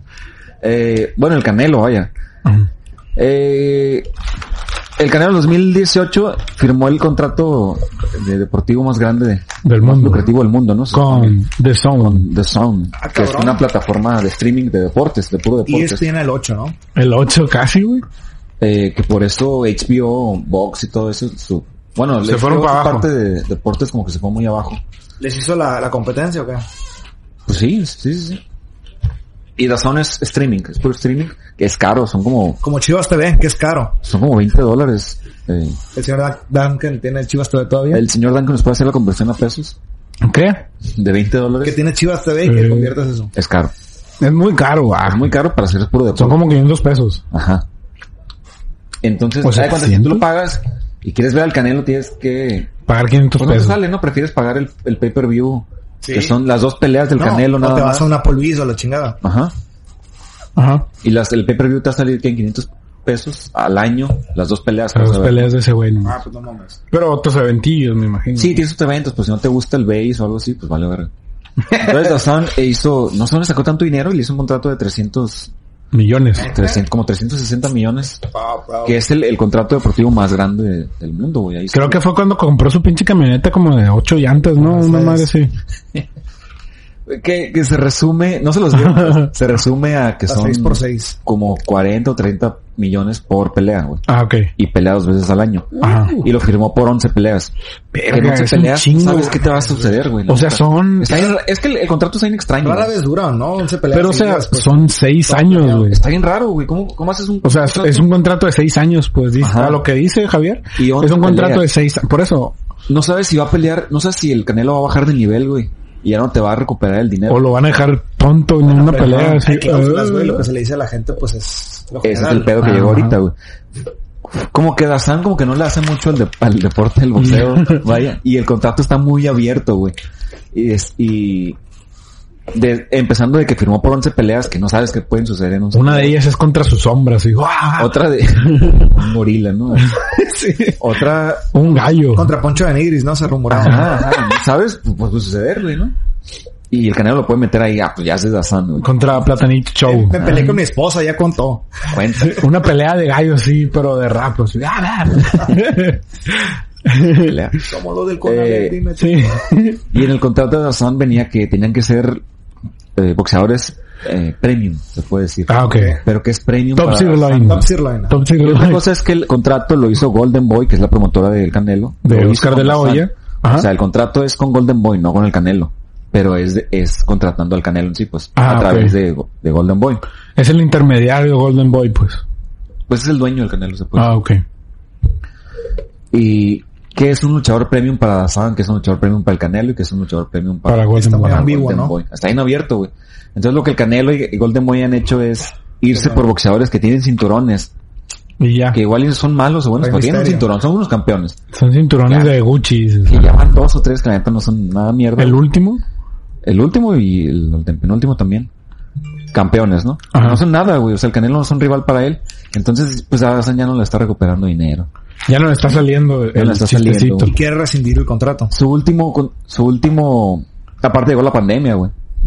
Eh, bueno, el Canelo, vaya. Ujú. Eh, el Canelo en dos mil dieciocho firmó el contrato de deportivo más grande, de, Del más mundo. lucrativo del mundo, ¿no? Con The Zone. The Zone, Ah, que es cabrón. una plataforma de streaming de deportes, de puro Y deportes. este tiene el ocho, ¿no? El ocho casi, güey. Eh, que por eso H B O, Box y todo eso, su, bueno, Se H B O, fueron para su abajo. parte de deportes como que se fue muy abajo. ¿Les hizo la, la competencia o qué? Pues sí, sí, sí, sí. Y The Zone es streaming, es puro streaming, que es caro, son como, Como Chivas T V, que es caro. son como veinte dólares. Eh, El señor Dan- Duncan tiene Chivas T V todavía. el señor Duncan nos puede hacer la conversión a pesos ¿Qué? de veinte Que dólares. tiene Chivas T V y que Eh. conviertas eso. Es caro. Es muy caro, ah. Es muy caro para hacer puro deporte. Son como quinientos pesos. Ajá. Entonces, O sea, ¿sabes cuánto? Si tú ¿ciento? lo pagas y quieres ver al Canelo, tienes que... Pagar quinientos Pues no te pesos. sale, ¿no? Prefieres pagar el, el pay-per-view, Sí. que son las dos peleas del No, Canelo o nada te más. vas a una Polvis o la chingada. Ajá. Ajá. Y las, el pay-per-view te va a salir que en quinientos pesos al año, las dos peleas. que Las vas dos a ver. peleas de ese güey nomás. Ah, pues no mames. Pero otros eventillos, me imagino. Sí, tienes otros eventos, pues si no te gusta el base o algo así, pues vale ver. Entonces Dazón hizo, no sé dónde sacó tanto dinero y le hizo un contrato de trescientos, Millones. trescientos como trescientos sesenta millones, Ah, bravo. que es el, el contrato deportivo más grande de- del mundo, güey. Ahí Creo sí. que fue cuando compró su pinche camioneta como de ocho llantas, ¿no? Una madre así. Que, que se resume, no se los digo, pero se resume a que A son seis por seis. como cuarenta o treinta millones por pelea, güey. Ah, ok. Y pelea dos veces al año. Ajá. Y lo firmó por once peleas. Que en Verga, once es un peleas, chingo. ¿sabes qué te va a suceder, güey? O sea, son... Está bien- es que el, el contrato está bien extraño. Rara güey. vez dura, ¿no? once peleas. Pero, o sea, seguidas, pues. son seis años, güey. Está bien raro, güey. ¿Cómo, cómo haces un O sea, es, es un contrato de seis años, pues, dice. Ajá. A lo que dice Javier. Y once Es un contrato peleas. de seis Por eso, No sabes si va a pelear, no sabes si el Canelo va a bajar de nivel, güey. Y ya no te va a recuperar el dinero. o lo van a dejar tonto en una Pero pelea no, así. hay cláusulas, güey. Lo Ah. que se le dice a la gente, pues es lo Ese es general. el pedo que Ajá. llegó ahorita, güey. Como que Dazan como que no le hace mucho al, de- al deporte del boxeo, vaya. Y el contrato está muy abierto, güey. Y, es, y de, empezando de que firmó por once peleas que no sabes qué pueden suceder en un Una de ellas es contra su sombra, así. ¡guau! Otra de un gorila, ¿no? Sí. Otra, Un gallo. Contra Poncho de Nigris, ¿no? Se rumoraba. ajá, ajá, ¿sabes? Pues puede suceder, güey, ¿no? Y el Canelo lo puede meter ahí, ah, pues ya haces Dazan, güey. Contra Platanito Show. Me peleé con mi esposa, ya contó. Cuenta. Una pelea de gallos, sí, pero de rap. Así. ¡Ah, ah! Pelea. Como lo del Conalep, Eh, dime. Sí. Y en el contrato de Dazan venía que tenían que ser eh, boxeadores eh, premium, se puede decir. Ah, ok. Pero que es premium Top para Sirloin. Top Sirloin. Top Y otra Sirloin. cosa es que el contrato lo hizo Golden Boy, que es la promotora del Canelo. De Lo hizo Oscar con de la Dazan. Hoya. Ajá. O sea, el contrato es con Golden Boy, no con el Canelo. Pero es, de- es contratando al Canelo en sí, pues, Ah, a través ok. de, de Golden Boy. Es el intermediario Golden Boy, pues. Pues es el dueño del Canelo, se puede Ah, ok. Y que es un luchador premium para Dazan, que es un luchador premium para el Canelo y que es un luchador premium para, Para Golden Está Boy. muy ambiguo, Golden ¿no? Boy. Está bien abierto, güey. Entonces lo que el Canelo y, y Golden Boy han hecho es irse por boxeadores que tienen cinturones, Y ya. que igual son malos o buenos, Rey pero tienen un Misterio. cinturón, son unos campeones. Son cinturones Ya. de Gucci. Que ya van dos o tres que la neta no son nada mierda. El último. El último y el, el penúltimo también. Campeones, ¿no? Ajá. No son nada, güey. O sea, el Canelo no es un rival para él. Entonces, pues a Dazan ya no le está recuperando dinero. Ya no le está saliendo le el está saliendo. chistecito. Y quiere rescindir el contrato. Su último, con- su último, aparte llegó la pandemia, güey. Vaya.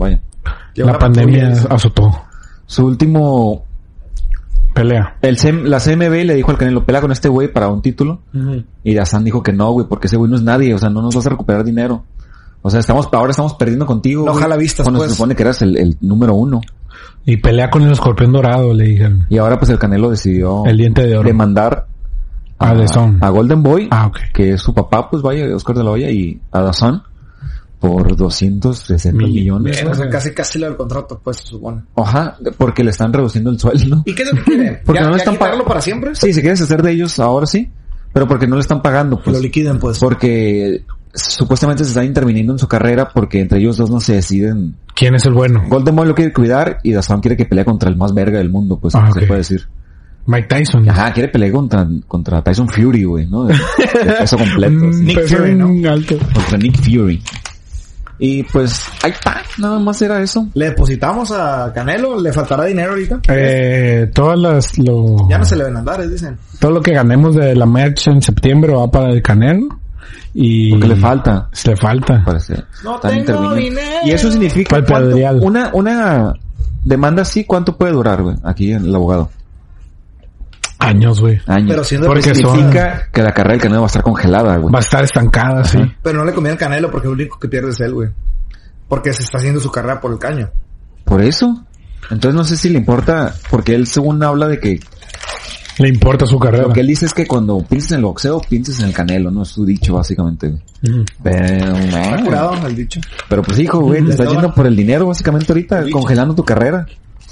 Lleva la pandemia patrulla, azotó. Su último... Pelea. El C M la C M B le dijo al Canelo, pelea con este güey para un título. Uh-huh. Y Dazan dijo que no, güey, porque ese güey no es nadie. O sea, no nos vas a recuperar dinero. O sea, estamos ahora estamos perdiendo contigo. No güey, jala vistas, cuando pues. se supone que eras el, el número uno. Y pelea con el escorpión dorado, le dijeron. Y ahora pues el Canelo decidió El diente de oro. demandar A Dazón. a Golden Boy, Ah, ok. que es su papá, pues vaya, Oscar de la Hoya, y a Dazón por doscientos sesenta Mil- millones. O sea, casi casi lo del contrato, pues, se supone. Ajá, porque le están reduciendo el sueldo. ¿Y qué es lo que quieren? Porque ¿Ya, no le ya están quitarlo pagando para siempre? Sí, si quieres hacer de ellos ahora sí, pero porque no le están pagando, Que pues. lo liquiden, pues. Porque supuestamente se están interviniendo en su carrera porque entre ellos dos no se deciden. ¿Quién es el bueno? Golden Boy lo quiere cuidar y Dazón quiere que pelee contra el más verga del mundo, pues, Ah, se ok. puede decir. Mike Tyson. Ajá, quiere pelear contra, contra Tyson Fury, güey, ¿no? De, de peso completo. Mm, así. Nick peso Fury, ¿no? bien alto. Contra Nick Fury. Y pues, ahí está, nada más era eso. ¿Le depositamos a Canelo? ¿Le faltará dinero ahorita? Eh, todas las, lo, Ya no se le ven andares, dicen. todo lo que ganemos de la merch en septiembre va para el Canelo. Y Porque le falta, le falta. parece. No Están tengo interviniendo. dinero. Y eso significa Para el cuánto- pedreal. una, una demanda así, ¿cuánto puede durar, güey? Aquí el abogado. Años, güey. Años. Pero siendo Porque presidente, son- significa que la carrera del Canelo va a estar congelada, güey. Va a estar estancada, sí. pero no le conviene al Canelo porque el único que pierde es él, güey. Porque se está haciendo su carrera por el caño. Por eso. Entonces no sé si le importa, porque él según habla de que Le importa su carrera. lo que él dice es que cuando pienses en el boxeo, pienses en el Canelo, no es su dicho básicamente. Ujú. Pero, Está no, curado el dicho. pero pues hijo, güey, te Les estás daba- yendo por el dinero básicamente ahorita, Dicho. congelando tu carrera.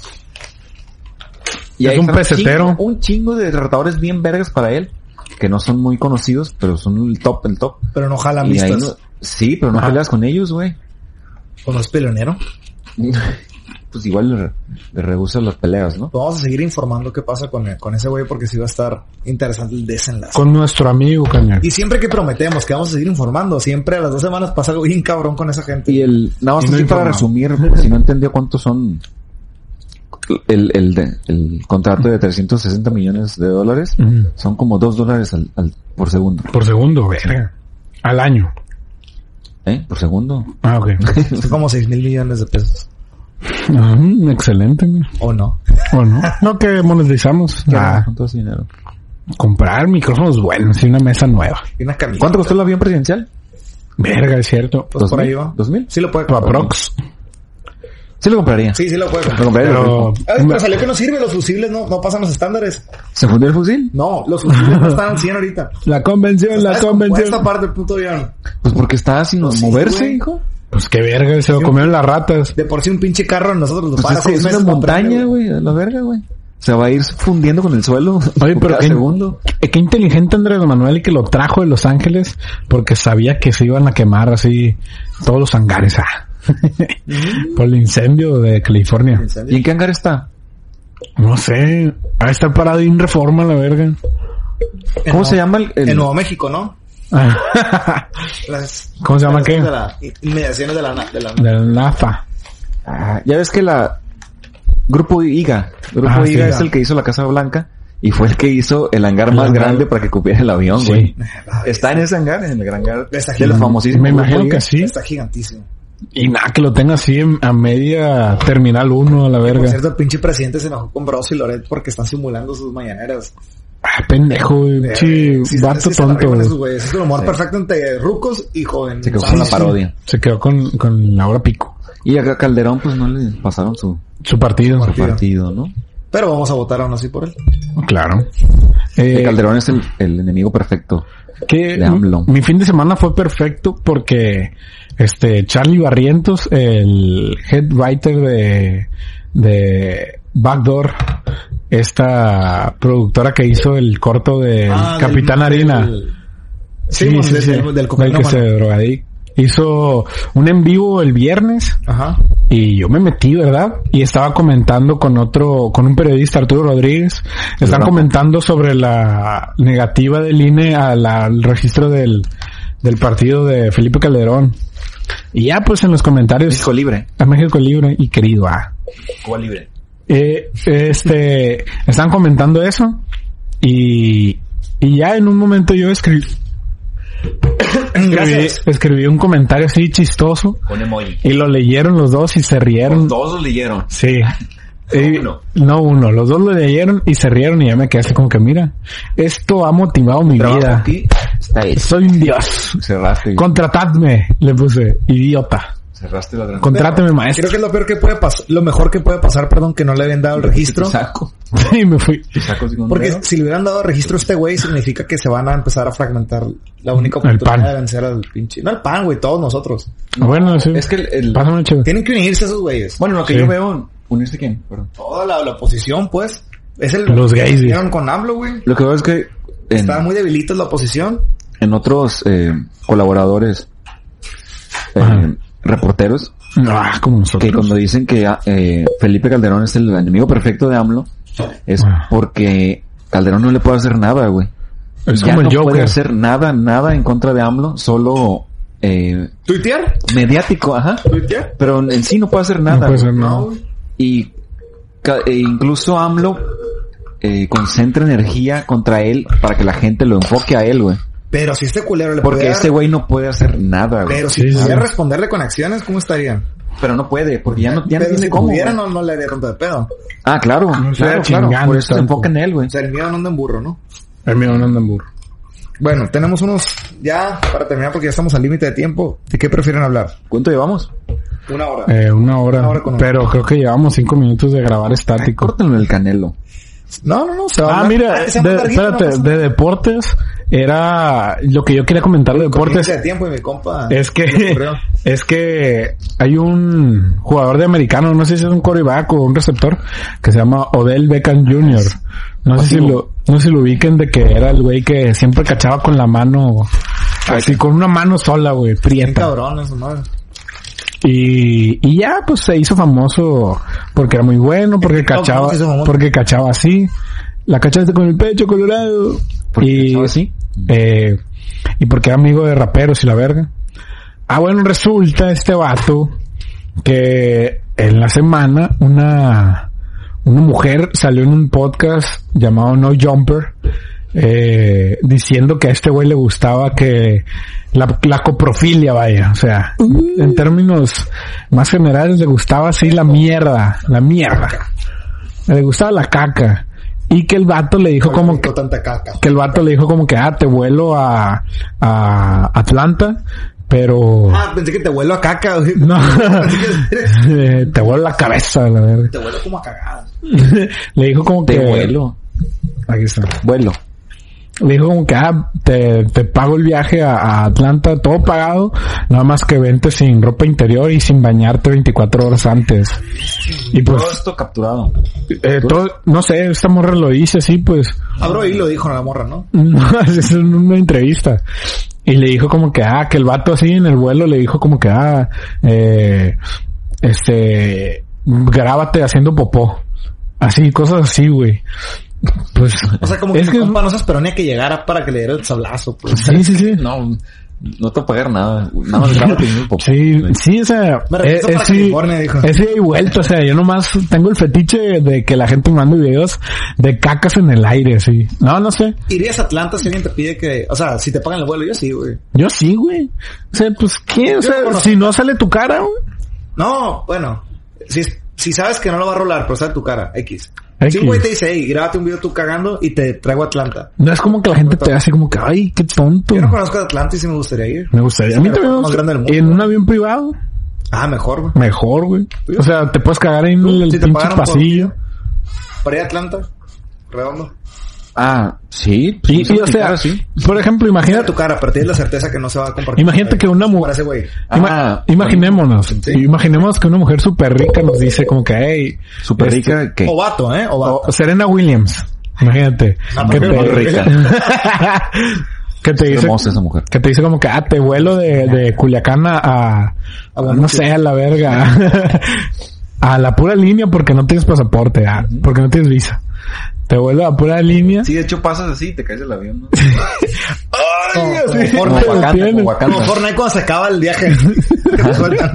Es ahí un están pesetero. chingo- Un chingo de retadores bien vergas para él, que no son muy conocidos, pero son el top, el top. Pero no jalan Y ahí vistas. no- sí, pero no Ajá. peleas con ellos, güey. ¿O no es peleonero? Pues igual le, le reduce las peleas, ¿no? Pues vamos a seguir informando qué pasa con, con ese güey porque sí va a estar interesante el desenlace. Con nuestro amigo, Cañón. Y siempre que prometemos que vamos a seguir informando, siempre a las dos semanas pasa algo bien cabrón con esa gente. Y el, nada más Y no así para informa. resumir, por si no entendió cuántos son el, el, de- el contrato de trescientos sesenta millones de dólares, Ujú. son como dos dólares al, al- por segundo, Por segundo, verga. Al año. ¿eh? Por segundo. Ah, ok. Son como seis mil millones de pesos. Ah, excelente, mira. ¿O no? ¿O no? No que monetizamos. Ah, ¿Cuánto es dinero? comprar micrófonos buenos y una mesa nueva. Y una camisa. ¿Cuánto costó el avión presidencial? Verga, es cierto. Pues por ahí ¿Dos mil? va. ¿Dos mil? Sí lo puede comprar. Aprox. Sí lo compraría. Sí, sí lo puede Lo comprar. compraría. Pero... Ah, pero salió que no sirve, los fusibles no, no pasan los estándares. ¿Se fundió el fusil? No, los fusibles no están al cien ahorita. La convención, la Esta convención. parte del puto avión. Pues porque está sin Pues sí, moverse, güey. hijo. Pues qué verga, se lo comieron las ratas. De por sí un pinche carro nosotros nos Pues para es, que seis es meses. una no prende, montaña, güey, a la verga, güey. Se va a ir fundiendo con el suelo. Oye, por pero cada qué, segundo. eh, qué inteligente Andrés Manuel que lo trajo de Los Ángeles porque sabía que se iban a quemar así todos los hangares. Ah. Por el incendio de California. ¿Y en qué hangar está? No sé, a estar parado en Reforma la verga. En ¿Cómo Nuevo- se llama el...? el- En Nuevo México, ¿no? Las, ¿Cómo se llama las qué? De la, inmediaciones de la, na- de la De la NAFA. Ah, ya ves que la... Grupo I G A. Grupo Ah, I G A sí. es el que hizo la Casa Blanca y fue el que hizo el hangar El más hangar. grande para que cupiera el avión, Sí. güey. Está en ese hangar, en el gran hangar Está de los gigante. famosísimos. Me Grupo imagino I G A. que sí. Está gigantísimo. Y nada, que lo tenga así en- a media terminal uno a la Por verga. cierto, el pinche presidente se enojó con Bros y Loret porque están simulando sus mañaneras. Ah, pendejo, güey. Sí, Sí, vato sí se la tonto, rifan güey. esos güeyes. Es un humor Sí. perfecto entre rucos y jóvenes. Se quedó Sí, con la sí. parodia. Se quedó con, con Laura Pico. Y a Calderón pues no le pasaron su, Su partido. su Partido. partido, ¿no? Pero vamos a votar aún así por él. Claro. Que Eh, Calderón es el, el enemigo perfecto. que de AMLO. mi fin de semana fue perfecto porque este Charlie Barrientos, el head writer de de Backdoor, esta productora que hizo el corto de Ah, Capitán del- Harina. del- Sí, del- del- del del que cocainómano. se drogadicto. Hizo un en vivo el viernes Ajá. y yo me metí, ¿verdad? Y estaba comentando con otro, con un periodista, Arturo Rodríguez. Están Rafa. comentando sobre la negativa del I N E al, al registro del, del partido de Felipe Calderón. Y ya pues en los comentarios, México libre. a México libre y querido, ah. Cuba libre. Eh, este, están comentando eso y, y ya en un momento yo escribí, escribí, Gracias. escribí un comentario así chistoso Con emoji. y lo leyeron los dos y se rieron. Los dos lo leyeron. Sí. No Y- uno. No uno, los dos lo leyeron y se rieron y ya me quedé así como que mira, esto ha motivado mi Trabajo vida. aquí está hecho. Soy un dios. Cerraste. Contratadme, le puse, idiota. Cerraste la gran... Contráteme, maestro. Creo que es lo peor que puede pasar, lo mejor que puede pasar, perdón, que no le habían dado el registro. Saco. Y me fui. Saco así con un Porque dedo. si le hubieran dado registro a este güey, significa que se van a empezar a fragmentar la única El oportunidad pan. de vencer al pinche... No el pan, güey, todos nosotros. Bueno, sí. Es que el... el- Pásame, chévere. Tienen que unirse esos güeyes. Bueno, lo que Sí. yo veo... ¿Unirse quién? Perdón. Toda la, la oposición, pues. Es el... Los gays, sí. Vieron con AMLO, güey. Lo que veo es que en, Estaba muy debilita la oposición. en otros eh, colaboradores, eh, Ajá. reporteros, Ah, como nosotros. que cuando dicen que eh, Felipe Calderón es el enemigo perfecto de AMLO, es Ah. porque Calderón no le puede hacer nada, güey. Es Ya como no el puede Joker. hacer nada, nada en contra de AMLO, solo eh, ¿Tuitear? mediático, ajá. ¿Tuitear? Pero en sí no puede hacer No nada. puede güey. ser nada. No, güey. Y ca- e incluso AMLO eh, concentra energía contra él para que la gente lo enfoque a él, güey. Pero si este culero le Porque pudiera... ese güey no puede hacer nada, güey. Pero si Sí, sí, pudiera sí. responderle con acciones, ¿cómo estaría? Pero no puede, porque ya no, ya no Pero tiene si cómo. pudiera, güey. no, no le haría tanto de pedo. Ah, claro, No sea claro, claro. chingando Por eso se tanto. enfoca en él, güey. O sea, el miedo no anda en burro, ¿no? El mío no anda en burro. Bueno, tenemos unos... Ya, para terminar, porque ya estamos al límite de tiempo. ¿De qué prefieren hablar? ¿Cuánto llevamos? Una hora. Eh, una hora. Una hora con- Pero creo que llevamos cinco minutos de grabar estático. Córtenlo el canelo. No, no, no. Se va a Ah, hablar- mira, que sea más de, larguito, espérate, no pasa de deportes era lo que yo quería comentar de Con límite deportes. de tiempo y mi compa... Es se le que, ocurrió. es que hay un jugador de americano, no sé si es un quarterback o un receptor, que se llama Odell Beckham junior No sé si lo, no sé si lo ubiquen de que era el güey que siempre cachaba con la mano, así con una mano sola, güey, Bien prieta. cabrón eso, madre. Y, y ya, pues se hizo famoso porque era muy bueno, porque TikTok, cachaba, ¿no? Se hizo famoso. porque cachaba así. La cachaste con el pecho colorado. Y, cachaba así? eh, y porque era amigo de raperos y la verga. Ah, bueno, resulta este vato que en la semana una, una mujer salió en un podcast llamado No Jumper, eh, diciendo que a este güey le gustaba que la, la coprofilia, vaya, o sea, en términos más generales le gustaba así la mierda, la mierda. Le gustaba la caca. Y que el vato le dijo como que, Con tanta caca. que el vato le dijo como que, ah, te vuelo a, a Atlanta, pero... Ah, pensé que te vuelo a caca, güey. No, Pensé que- eh, te vuelo la cabeza, la verga. Te vuelo como a cagada. Le dijo como que... De vuelo. Aquí está. Vuelo. Le dijo como que, ah, te, te pago el viaje a, a Atlanta, todo pagado, nada más que vente sin ropa interior y sin bañarte veinticuatro horas antes. Y pues, Todo esto capturado. eh, todo, no sé, esta morra lo dice así, pues, Abro y lo dijo la morra, ¿no? no, es en una entrevista. Y le dijo como que, ah, que el vato así en el vuelo le dijo como que, ah, eh, este, grábate haciendo popó. Así, cosas así, güey. Pues, O sea, como que es mi que, compa no se esperó ni a que llegara para que le diera el sablazo, pues. sí, sí, sí. No, no te voy a pagar nada. Nada más grábate en el popó. Sí, sí, o sea, Me es, regreso para es, sí, California, dijo. es ida y vuelta, o sea, yo nomás tengo el fetiche de que la gente mande videos de cacas en el aire, sí. No, no sé. ¿Irías a Atlanta si alguien te pide que... O sea, si te pagan el vuelo? Yo sí, güey. Yo sí, güey. O sea, pues, ¿qué? O Yo sea, conozco- si no sale tu cara, güey. No, bueno. Si, si sabes que no lo va a rolar, pero sale tu cara, X. X. Si un güey te dice, hey, grábate un video tú cagando y te traigo a Atlanta. No es como que la gente te hace como que, ay, qué tonto. Yo no conozco a Atlanta y sí me gustaría ir. Me gustaría. A mí Es el también me aeropuerto más grande del gusta. mundo. En un avión privado, Ah, mejor, güey. mejor, güey. O sea, te puedes cagar ahí en Tú, el, si te pinche pagaran por- pasillo. Para ir a Atlanta, redondo. Ah, sí. Y, sí, y, o sea, claro, sí. por ejemplo, Imagínate imagínate, tu cara, pero tienes la certeza que no se va a compartir. imagínate que una mujer, Para ese güey. Ima- Ah, imaginémonos, sí. imaginemos que una mujer súper rica nos dice como que, hey, Súper este, rica que... O vato, ¿eh? O vato. o Serena Williams, imagínate, Ah, que pero te, muy rica. que te dice, Hermosa esa mujer. que te dice como que, ah, te vuelo de, de Culiacán a, a, A a, Guanajuato. no sé, a la verga, a la pura línea porque no tienes pasaporte, ah, porque no tienes visa. Te vuelvo a pura línea. Sí, de hecho pasas así, te caes del avión, ¿no? Ay, Como- así, como te Wakanda, lo tienes. como Wakanda. Como Fortnite cuando se acaba el viaje. Que te sueltan.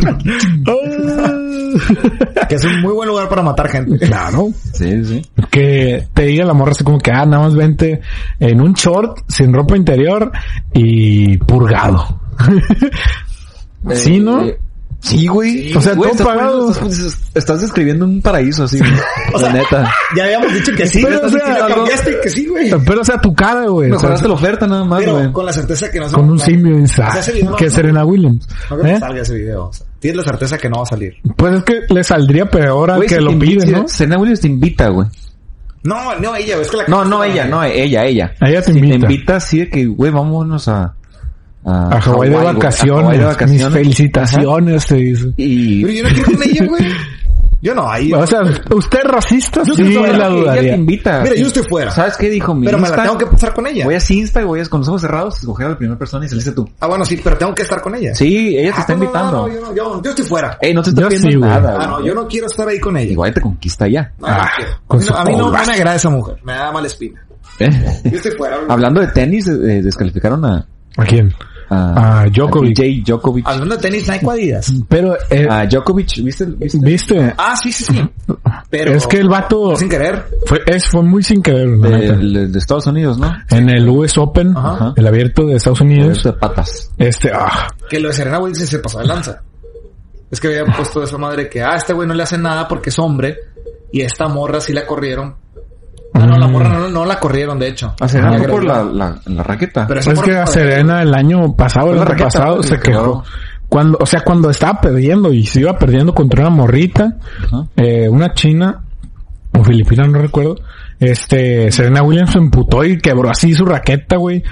Ah. Que es un muy buen lugar para matar gente. Claro. Sí, sí. Que te diga la morra así como que, ah, nada más vente en un short, sin ropa interior y purgado. Sí, ¿no? Eh, sí, güey. Sí, o sea, güey, todo estás pagado. poniendo- Estás, estás describiendo un paraíso así, güey. O La sea, neta. Ya habíamos dicho que sí, Pero, pero, o sea, lo no- cambiaste que sí, güey. Pero, o sea, tu cara, güey. o sea, Mejoraste la oferta nada más, güey. Pero con la certeza que no se con va un a- simio en O sea, ese video no- que es no- Serena Williams. No creo que ¿Eh? salga ese video. O sea, tienes la certeza que no va a salir. Pues es que le saldría peor al Güey, que si lo te pide, invita- ¿no? Serena Williams te invita, güey. No, no, ella, es que la No, no ella, no ella, ella. Ella te Si invita. te invita así de que, güey, vámonos a... A Hawái de güey, a vacaciones. Hawái de Mis vacaciones. felicitaciones, te dice. Ajá. Y... Pero yo no quiero con ella, güey. Yo no, ahí. O sea, ¿usted es racista? Yo Sí, estoy fuera, la que ella te dudaría. invita. Mira, yo estoy fuera. ¿Sabes qué dijo mi Pero me la Insta? tengo que pasar con ella. Voy a Insta y voy a, con los ojos cerrados, escoger a la primera persona y saliste tú. Ah, bueno, sí, pero tengo que estar con ella. Sí, ella te Ah, está no, no, invitando. No, no, yo, no, yo, yo estoy fuera. Ey, no te está Yo pidiendo sí, güey. nada, Ah, no, güey. yo no quiero estar ahí con ella. Igual te conquista ya. No, no Ah, quiero. con A mí, su no, a mí no, no cola. me agrada esa mujer. Me da mala espina. ¿Eh? Yo estoy fuera. güey. Hablando de tenis, eh, descalificaron a... ¿A quién? A, A Djokovic. a D J Djokovic. Hablando de tenis, Nike o Adidas. Pero, eh, A Djokovic, ¿viste? ¿Viste? ¿viste? Ah, sí, sí, sí. Pero Es que el vato sin querer. fue, es, fue muy sin querer, la De, neta. de- de Estados Unidos, ¿no? En el U S Open, Ajá. el abierto de Estados Unidos, De patas. este, ah, Que lo de Serena Williams sí se pasó de lanza. Es que había puesto de esa madre que, ah, este güey no le hace nada porque es hombre. Y a esta morra sí la corrieron. Ah, no, la morra no, no la corrieron, de hecho. A Serena Ah, fue por agredió. la, la, la raqueta. Pero esa es morra que a fue- Serena el año pasado, el Fue la año raqueta, pasado, ¿no? se Que quedó. quejó. Cuando, o sea, cuando estaba perdiendo y se iba perdiendo contra una morrita, Ajá. eh, una china, o filipina, no recuerdo, este, Serena Williams se emputó y quebró así su raqueta, güey.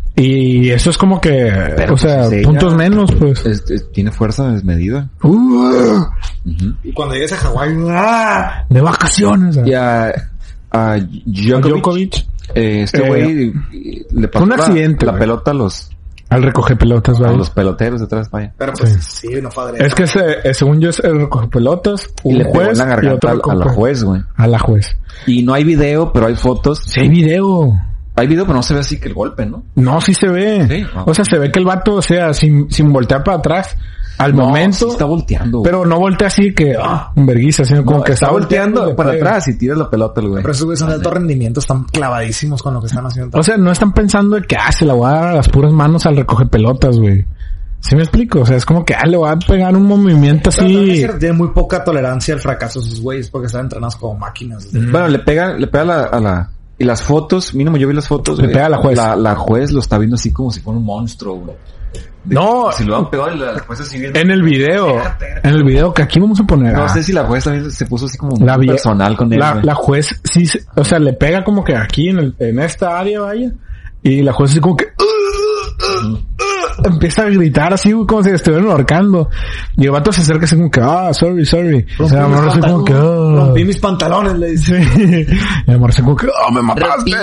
Y eso es como que, Pero, o sea, pues, ella- puntos menos, pues. Es- es- tiene fuerza desmedida. Uh, Ujú. Y cuando llegues a Hawái, ¡ah! de vacaciones. Y a, a A Djokovic, Djokovic, eh, este Eh, güey le pasó un la- accidente, la, güey. pelota a los, al recoger pelotas, a ¿vale? los peloteros detrás, vaya. Pero pues sí, no fue adrede. Es que ese, eh, según yo, es el recoger pelotas, Y un le pegó en juez la y garganta otro a, a la recoge- juez, güey. A la juez. Y no hay video, pero hay fotos. Sí, hay video. Hay video, pero no se ve así que el golpe, ¿no? No, sí se ve. Sí. Ah. O sea, se ve que el vato, o sea, sin, sin voltear para atrás, al No, momento, sí está volteando, güey. pero no voltea así que, ah, en vergüenza, sino como No, que está volteando y para le pega. atrás y tira la pelota el güey. Pero esos güeyes son de alto rendimiento, están clavadísimos con lo que están haciendo. O sea, no están pensando de que, ah, se la voy a dar a las puras manos al recoger pelotas, güey. ¿Sí me explico? O sea, es como que, ah, le voy a pegar un movimiento Pero también es así. cierto, tienen muy poca tolerancia al fracaso de sus güeyes porque están entrenados como máquinas. Bueno, le pega, le pega a la, a la, y las fotos, mínimo yo vi las fotos, Le güey. pega a la juez. La, la juez lo está viendo así como si fuera un monstruo, güey. De- No. Si lo han pegado y la juez así viendo. En el video, en el video que aquí vamos a poner. No ah, sé si la juez también se puso así como la muy vie- personal con él, La, güey. la juez sí, se- o sea, le pega como que aquí en el, en esta área, vaya. Y la juez así como que, "Uh, uh, uh", empieza a gritar así, güey, como si le estuvieran ahorcando. Y el vato se acerca así como que, ah, sorry, sorry. O sea, la morra así como que, ah. Rompí mis pantalones, le dice. Sí. Y la morra así como que, ah, me mataste.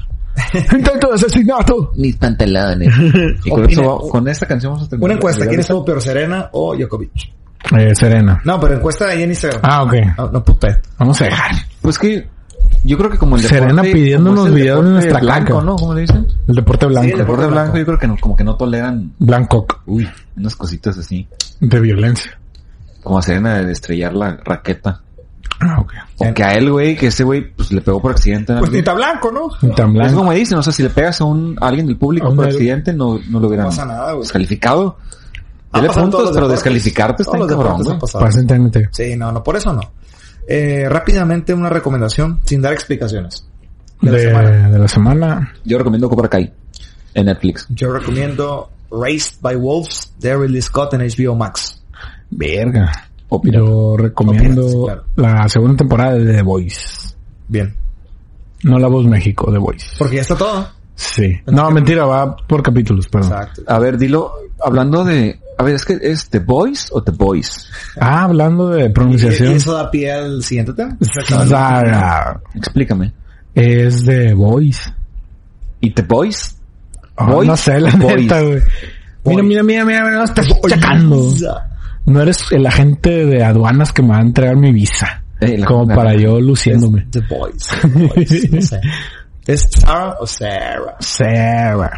Intento de asesinato. Mis pantalones. Y con, Opina- eso, con esta canción vamos a terminar. Una encuesta, ¿quién es estuvo peor, Serena o Djokovic? Eh, Serena. No, pero encuesta ahí en Instagram. Ah, ok. No, no puté. Vamos a dejar. Pues que yo creo que como el deporte... Serena pidiendo como es unos el videos de deporte nuestra blanco, caca. ¿no? ¿Cómo le dicen? El deporte blanco. Sí, El deporte blanco. blanco yo creo que no, como que no toleran, Blanco uy, unas cositas así. de violencia. Como a Serena de estrellar la raqueta. Ah, ok. O que a él, güey, que ese güey, pues le pegó por accidente. ¿no? Pues ni tan blanco, ¿no? Tan Es blanco. como dicen, o sea, si le pegas a un a alguien del público Hombre, por accidente, no, no lo hubieran No pasa nada, güey. descalificado. Ha Dale pasado en todos puntos, los pero deportes. descalificarte está Todos en los cabrón, deportes güey. han pasado. Pasa intérmite. Sí, no, no, por eso no. Eh, rápidamente una recomendación, sin dar explicaciones. De la De, semana. de la semana. Yo recomiendo Cobra Kai en Netflix. Yo recomiendo Raised by Wolves de Ridley Scott en H B O Max. Verga. O pirata. Yo recomiendo O piratas, claro. la segunda temporada de The Voice. Bien. No La Voz México, The Voice. Porque ya está todo. Sí. No, mentira, va por capítulos, perdón. Exacto. A ver, dilo, hablando de... A ver, ¿es que es The Boys o The Boys? Ah, hablando de Y, y pronunciación. eso da pie al siguiente tema. Zara. Explícame. Es The Voice. ¿Y The Boys? Ah, Boys no sé, la o boys? neta, güey. Mira, Boys. mira, mira, mira, mira, no estás checando. No eres el agente de aduanas que me va a entregar mi visa. Eh, la- como la- para yo luciéndome. The Boys. The Boys. No sé. ¿Es Sarah o Sarah? Sarah.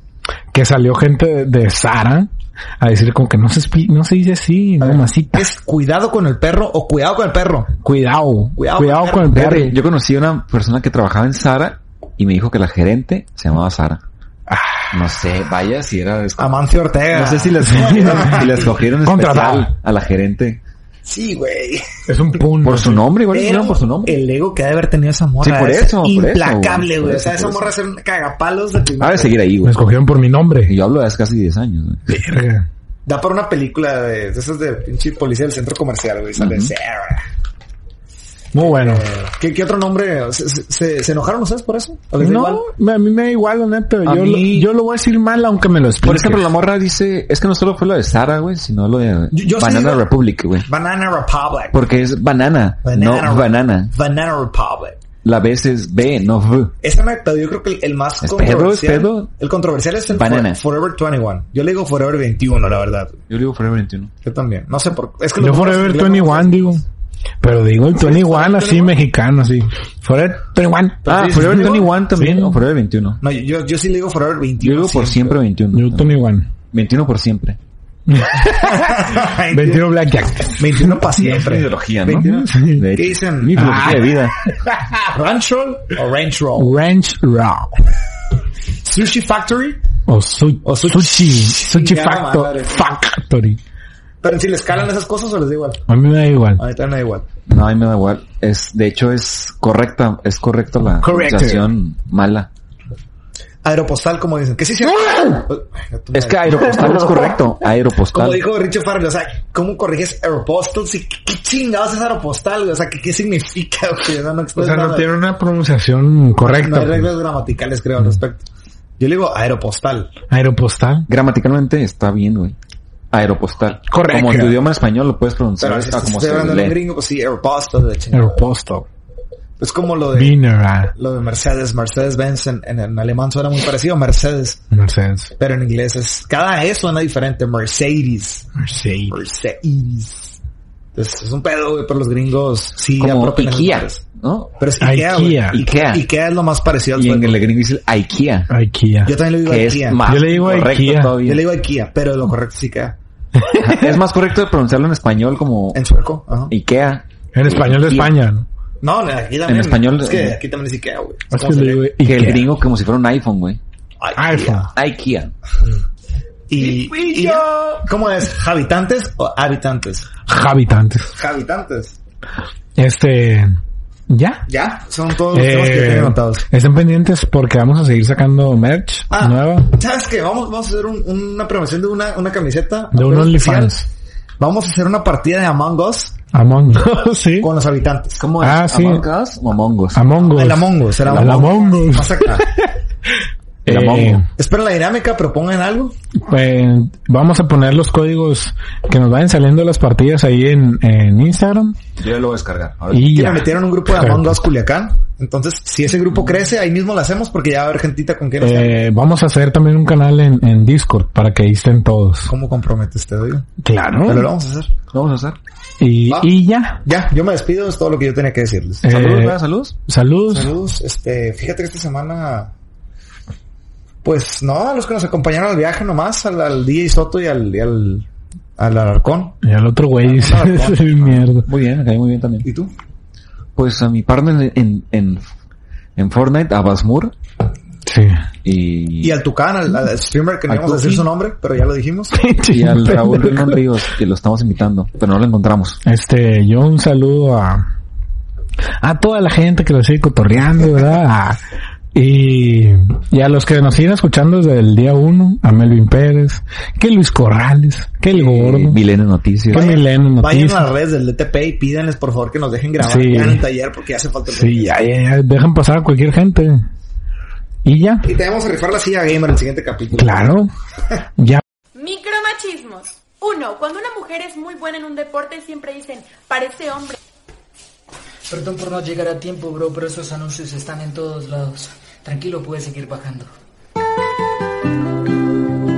Que salió gente de, de Sara a decir como que no se espi- no se dice así, mamacita. ¿Es cuidado con el perro o cuidado con el perro? Cuidado, Cuidado cuidado, con el con el perro. Yo conocí a una persona que trabajaba en Sara y me dijo que la gerente se llamaba Sara. No sé, vaya si era... Amancio Ortega. No sé si les cogieron, si les cogieron Contratado. especial a la gerente. Sí, güey. Es un punto. Por su nombre, igual le hicieron por su nombre. El ego que ha de haber tenido esa morra. Sí, por es eso, por eso, implacable, güey. güey. Por O sea, eso, esa por morra eso. es un cagapalos de primera. Ha de seguir ahí, Me güey. escogieron por mi nombre. Y yo hablo de hace casi diez años, güey. Verga. Da para una película de, de esas de pinche policía del centro comercial, güey. Sale Ujú. Sarah. Muy bueno. Eh, ¿qué, ¿Qué otro nombre? ¿Se, se, se enojaron ustedes por eso? ¿O les da No, igual? me- a mí me da igual, la neta. A Yo, mí- lo, yo lo voy a decir mal aunque me lo explique. Por ejemplo, la morra dice... Es que no solo fue lo de Sara, güey, sino lo de Yo- yo sí Banana digo- Republic, güey. Banana Republic. Porque es banana, Banana- no banana. Banana Republic. La B es B, no V. Ese me, pero yo creo que el, el más ¿Es pedo, es controversial. pedo? El controversial es el Banana. For- Forever veintiuno. Yo le digo Forever veintiuno, la verdad. Yo digo Forever veintiuno. Yo también. No sé por qué. Es que Yo los Forever nombres en inglés no- veintiuno, digo. Pero digo el veintiuno Forever así veintiuno. mexicano, así. Forever veintiuno. Ah, sí, Forever sí, veintiuno también, sí. o Forever veintiuno. No, yo, yo sí le digo Forever Yo veintiuno. digo por siempre veintiuno. Yo veintiuno. veintiuno por siempre. veintiuno Blackjack. veintiuno para siempre. Ideología, ¿no? veintiuno. Sí. De ¿Qué hecho, dicen? mi filosofía Ah. de vida. ¿Ranch Roll o Ranch Roll? Ranch Raw. ¿Sushi Factory? O, su O sushi. sushi. Sushi Chingada facto madre. Factory. Pero si les calan esas cosas o les da igual. A mí me da igual. A mí también me da igual. No, a mí me da igual. Es, de hecho, es correcta, es correcta la Correcto. pronunciación mala. Aeropostal, como dicen. ¿Qué sí se Es que aeropostal es correcto. Como Aeropostal. dijo Richard Farrell, o sea, ¿cómo corriges aeropostal? Sí, ¿qué, qué chingados es aeropostal, güey? O sea, ¿qué, qué significa, güey? No, no, O sea, no tiene una pronunciación no correcta. hay reglas gramaticales, creo, al respecto. Yo le digo aeropostal. Aeropostal. Gramaticalmente está bien, güey. Aeropostal. Correcto. Como en tu idioma español lo puedes pronunciar Pero si a como estoy se hablando de un lee. gringo, pues sí, aeropostal de chingada. Aeropostal. Es como lo de, Mineral. lo de Mercedes. Mercedes-Benz en, en, en alemán suena muy parecido a Mercedes. Mercedes. Pero en inglés es, cada E suena diferente. Mercedes. Mercedes. Mercedes. Entonces, es un pedo, güey, pero los gringos sí Como apropian esas Ikea, madres. ¿no? Pero es Ikea, güey. Ikea. Ikea. Ikea. Ikea es lo más parecido al Y en sueco. el gringo dice IKEA. Ikea. Yo también le digo Que es Ikea. más Yo le digo correcto IKEA. todavía. Yo le digo Ikea, pero lo correcto es Ikea. Es más correcto de pronunciarlo en español como En sueco. Ajá. IKEA. En español de Ikea. España, ¿no? No, aquí también. En español, Es que eh, aquí también es Ikea, güey. Es Así como se le digo lee. Que el Ikea. gringo como si fuera un iPhone, güey. Ikea. iPhone. IKEA. Y, y ya. ¿Cómo es? ¿Habitantes o habitantes? Habitantes. Habitantes. Este... ¿Ya? Ya, son todos los temas que yo tenía Eh, anotados. estén pendientes porque vamos a seguir sacando merch Ah, nueva. ¿sabes qué? Vamos, vamos a hacer un- una promoción de una, una camiseta. De un especial. OnlyFans. Vamos a hacer una partida de Among Us Among Us, sí. con los habitantes. ¿Cómo es? Ah, sí. ¿Among Us o Among Us? Among Us. El Among Us, era El Among Us. Más acá. El Eh, Among Us. Esperen la dinámica, propongan algo. Pues, vamos a poner los códigos que nos vayan saliendo de las partidas ahí en, en Instagram. Yo ya lo voy a descargar. Ahora Y Que ya. me metieron en un grupo de Perfecto. Among Us Culiacán. Entonces, si ese grupo crece, ahí mismo lo hacemos porque ya va a haber gentita con quien hacer. Eh, vamos a hacer también un canal en, en Discord para que ahí estén todos. ¿Cómo compromete usted, oiga? Claro. Pero lo vamos a hacer. lo vamos a hacer. Y, Va. y ya. Ya, yo me despido, es todo lo que yo tenía que decirles. Eh, Saludos, ¿verdad? Saludos. Saludos. Saludos, este, fíjate que esta semana, pues no, a los que nos acompañaron al viaje nomás, al, al D J Soto y al, y al, al Alarcón. Y al otro güey dice, Ah, no, no. mierda. Muy bien, acá muy bien también. ¿Y tú? Pues a mi partner en, en, en Fortnite, a Basmur. Sí. Y, Y al Tucán, al, al streamer que no Al íbamos a decir Tuki. su nombre, pero ya lo dijimos. y al Raúl Renón Ríos, que lo estamos invitando, pero no lo encontramos. Este, yo un saludo a, a toda la gente que lo sigue cotorreando, ¿verdad? A- y, y a los que nos siguen escuchando desde el día uno, a Melvin Pérez, que Luis Corrales, que el Gordo, Milenio Noticias. que Mileno Vayan a Noticias. las redes del D T P y pídanles por favor que nos dejen grabar Sí. ya en el taller porque hace falta el Sí, ya, ya, ya, dejan pasar a cualquier gente. Y ya, Y te vamos a rifar la silla gamer en el siguiente capítulo. claro, ya. Micromachismos. Uno, cuando una mujer es muy buena en un deporte siempre dicen, parece hombre. Perdón por no llegar a tiempo, bro, pero esos anuncios están en todos lados. Tranquilo, puedes seguir bajando.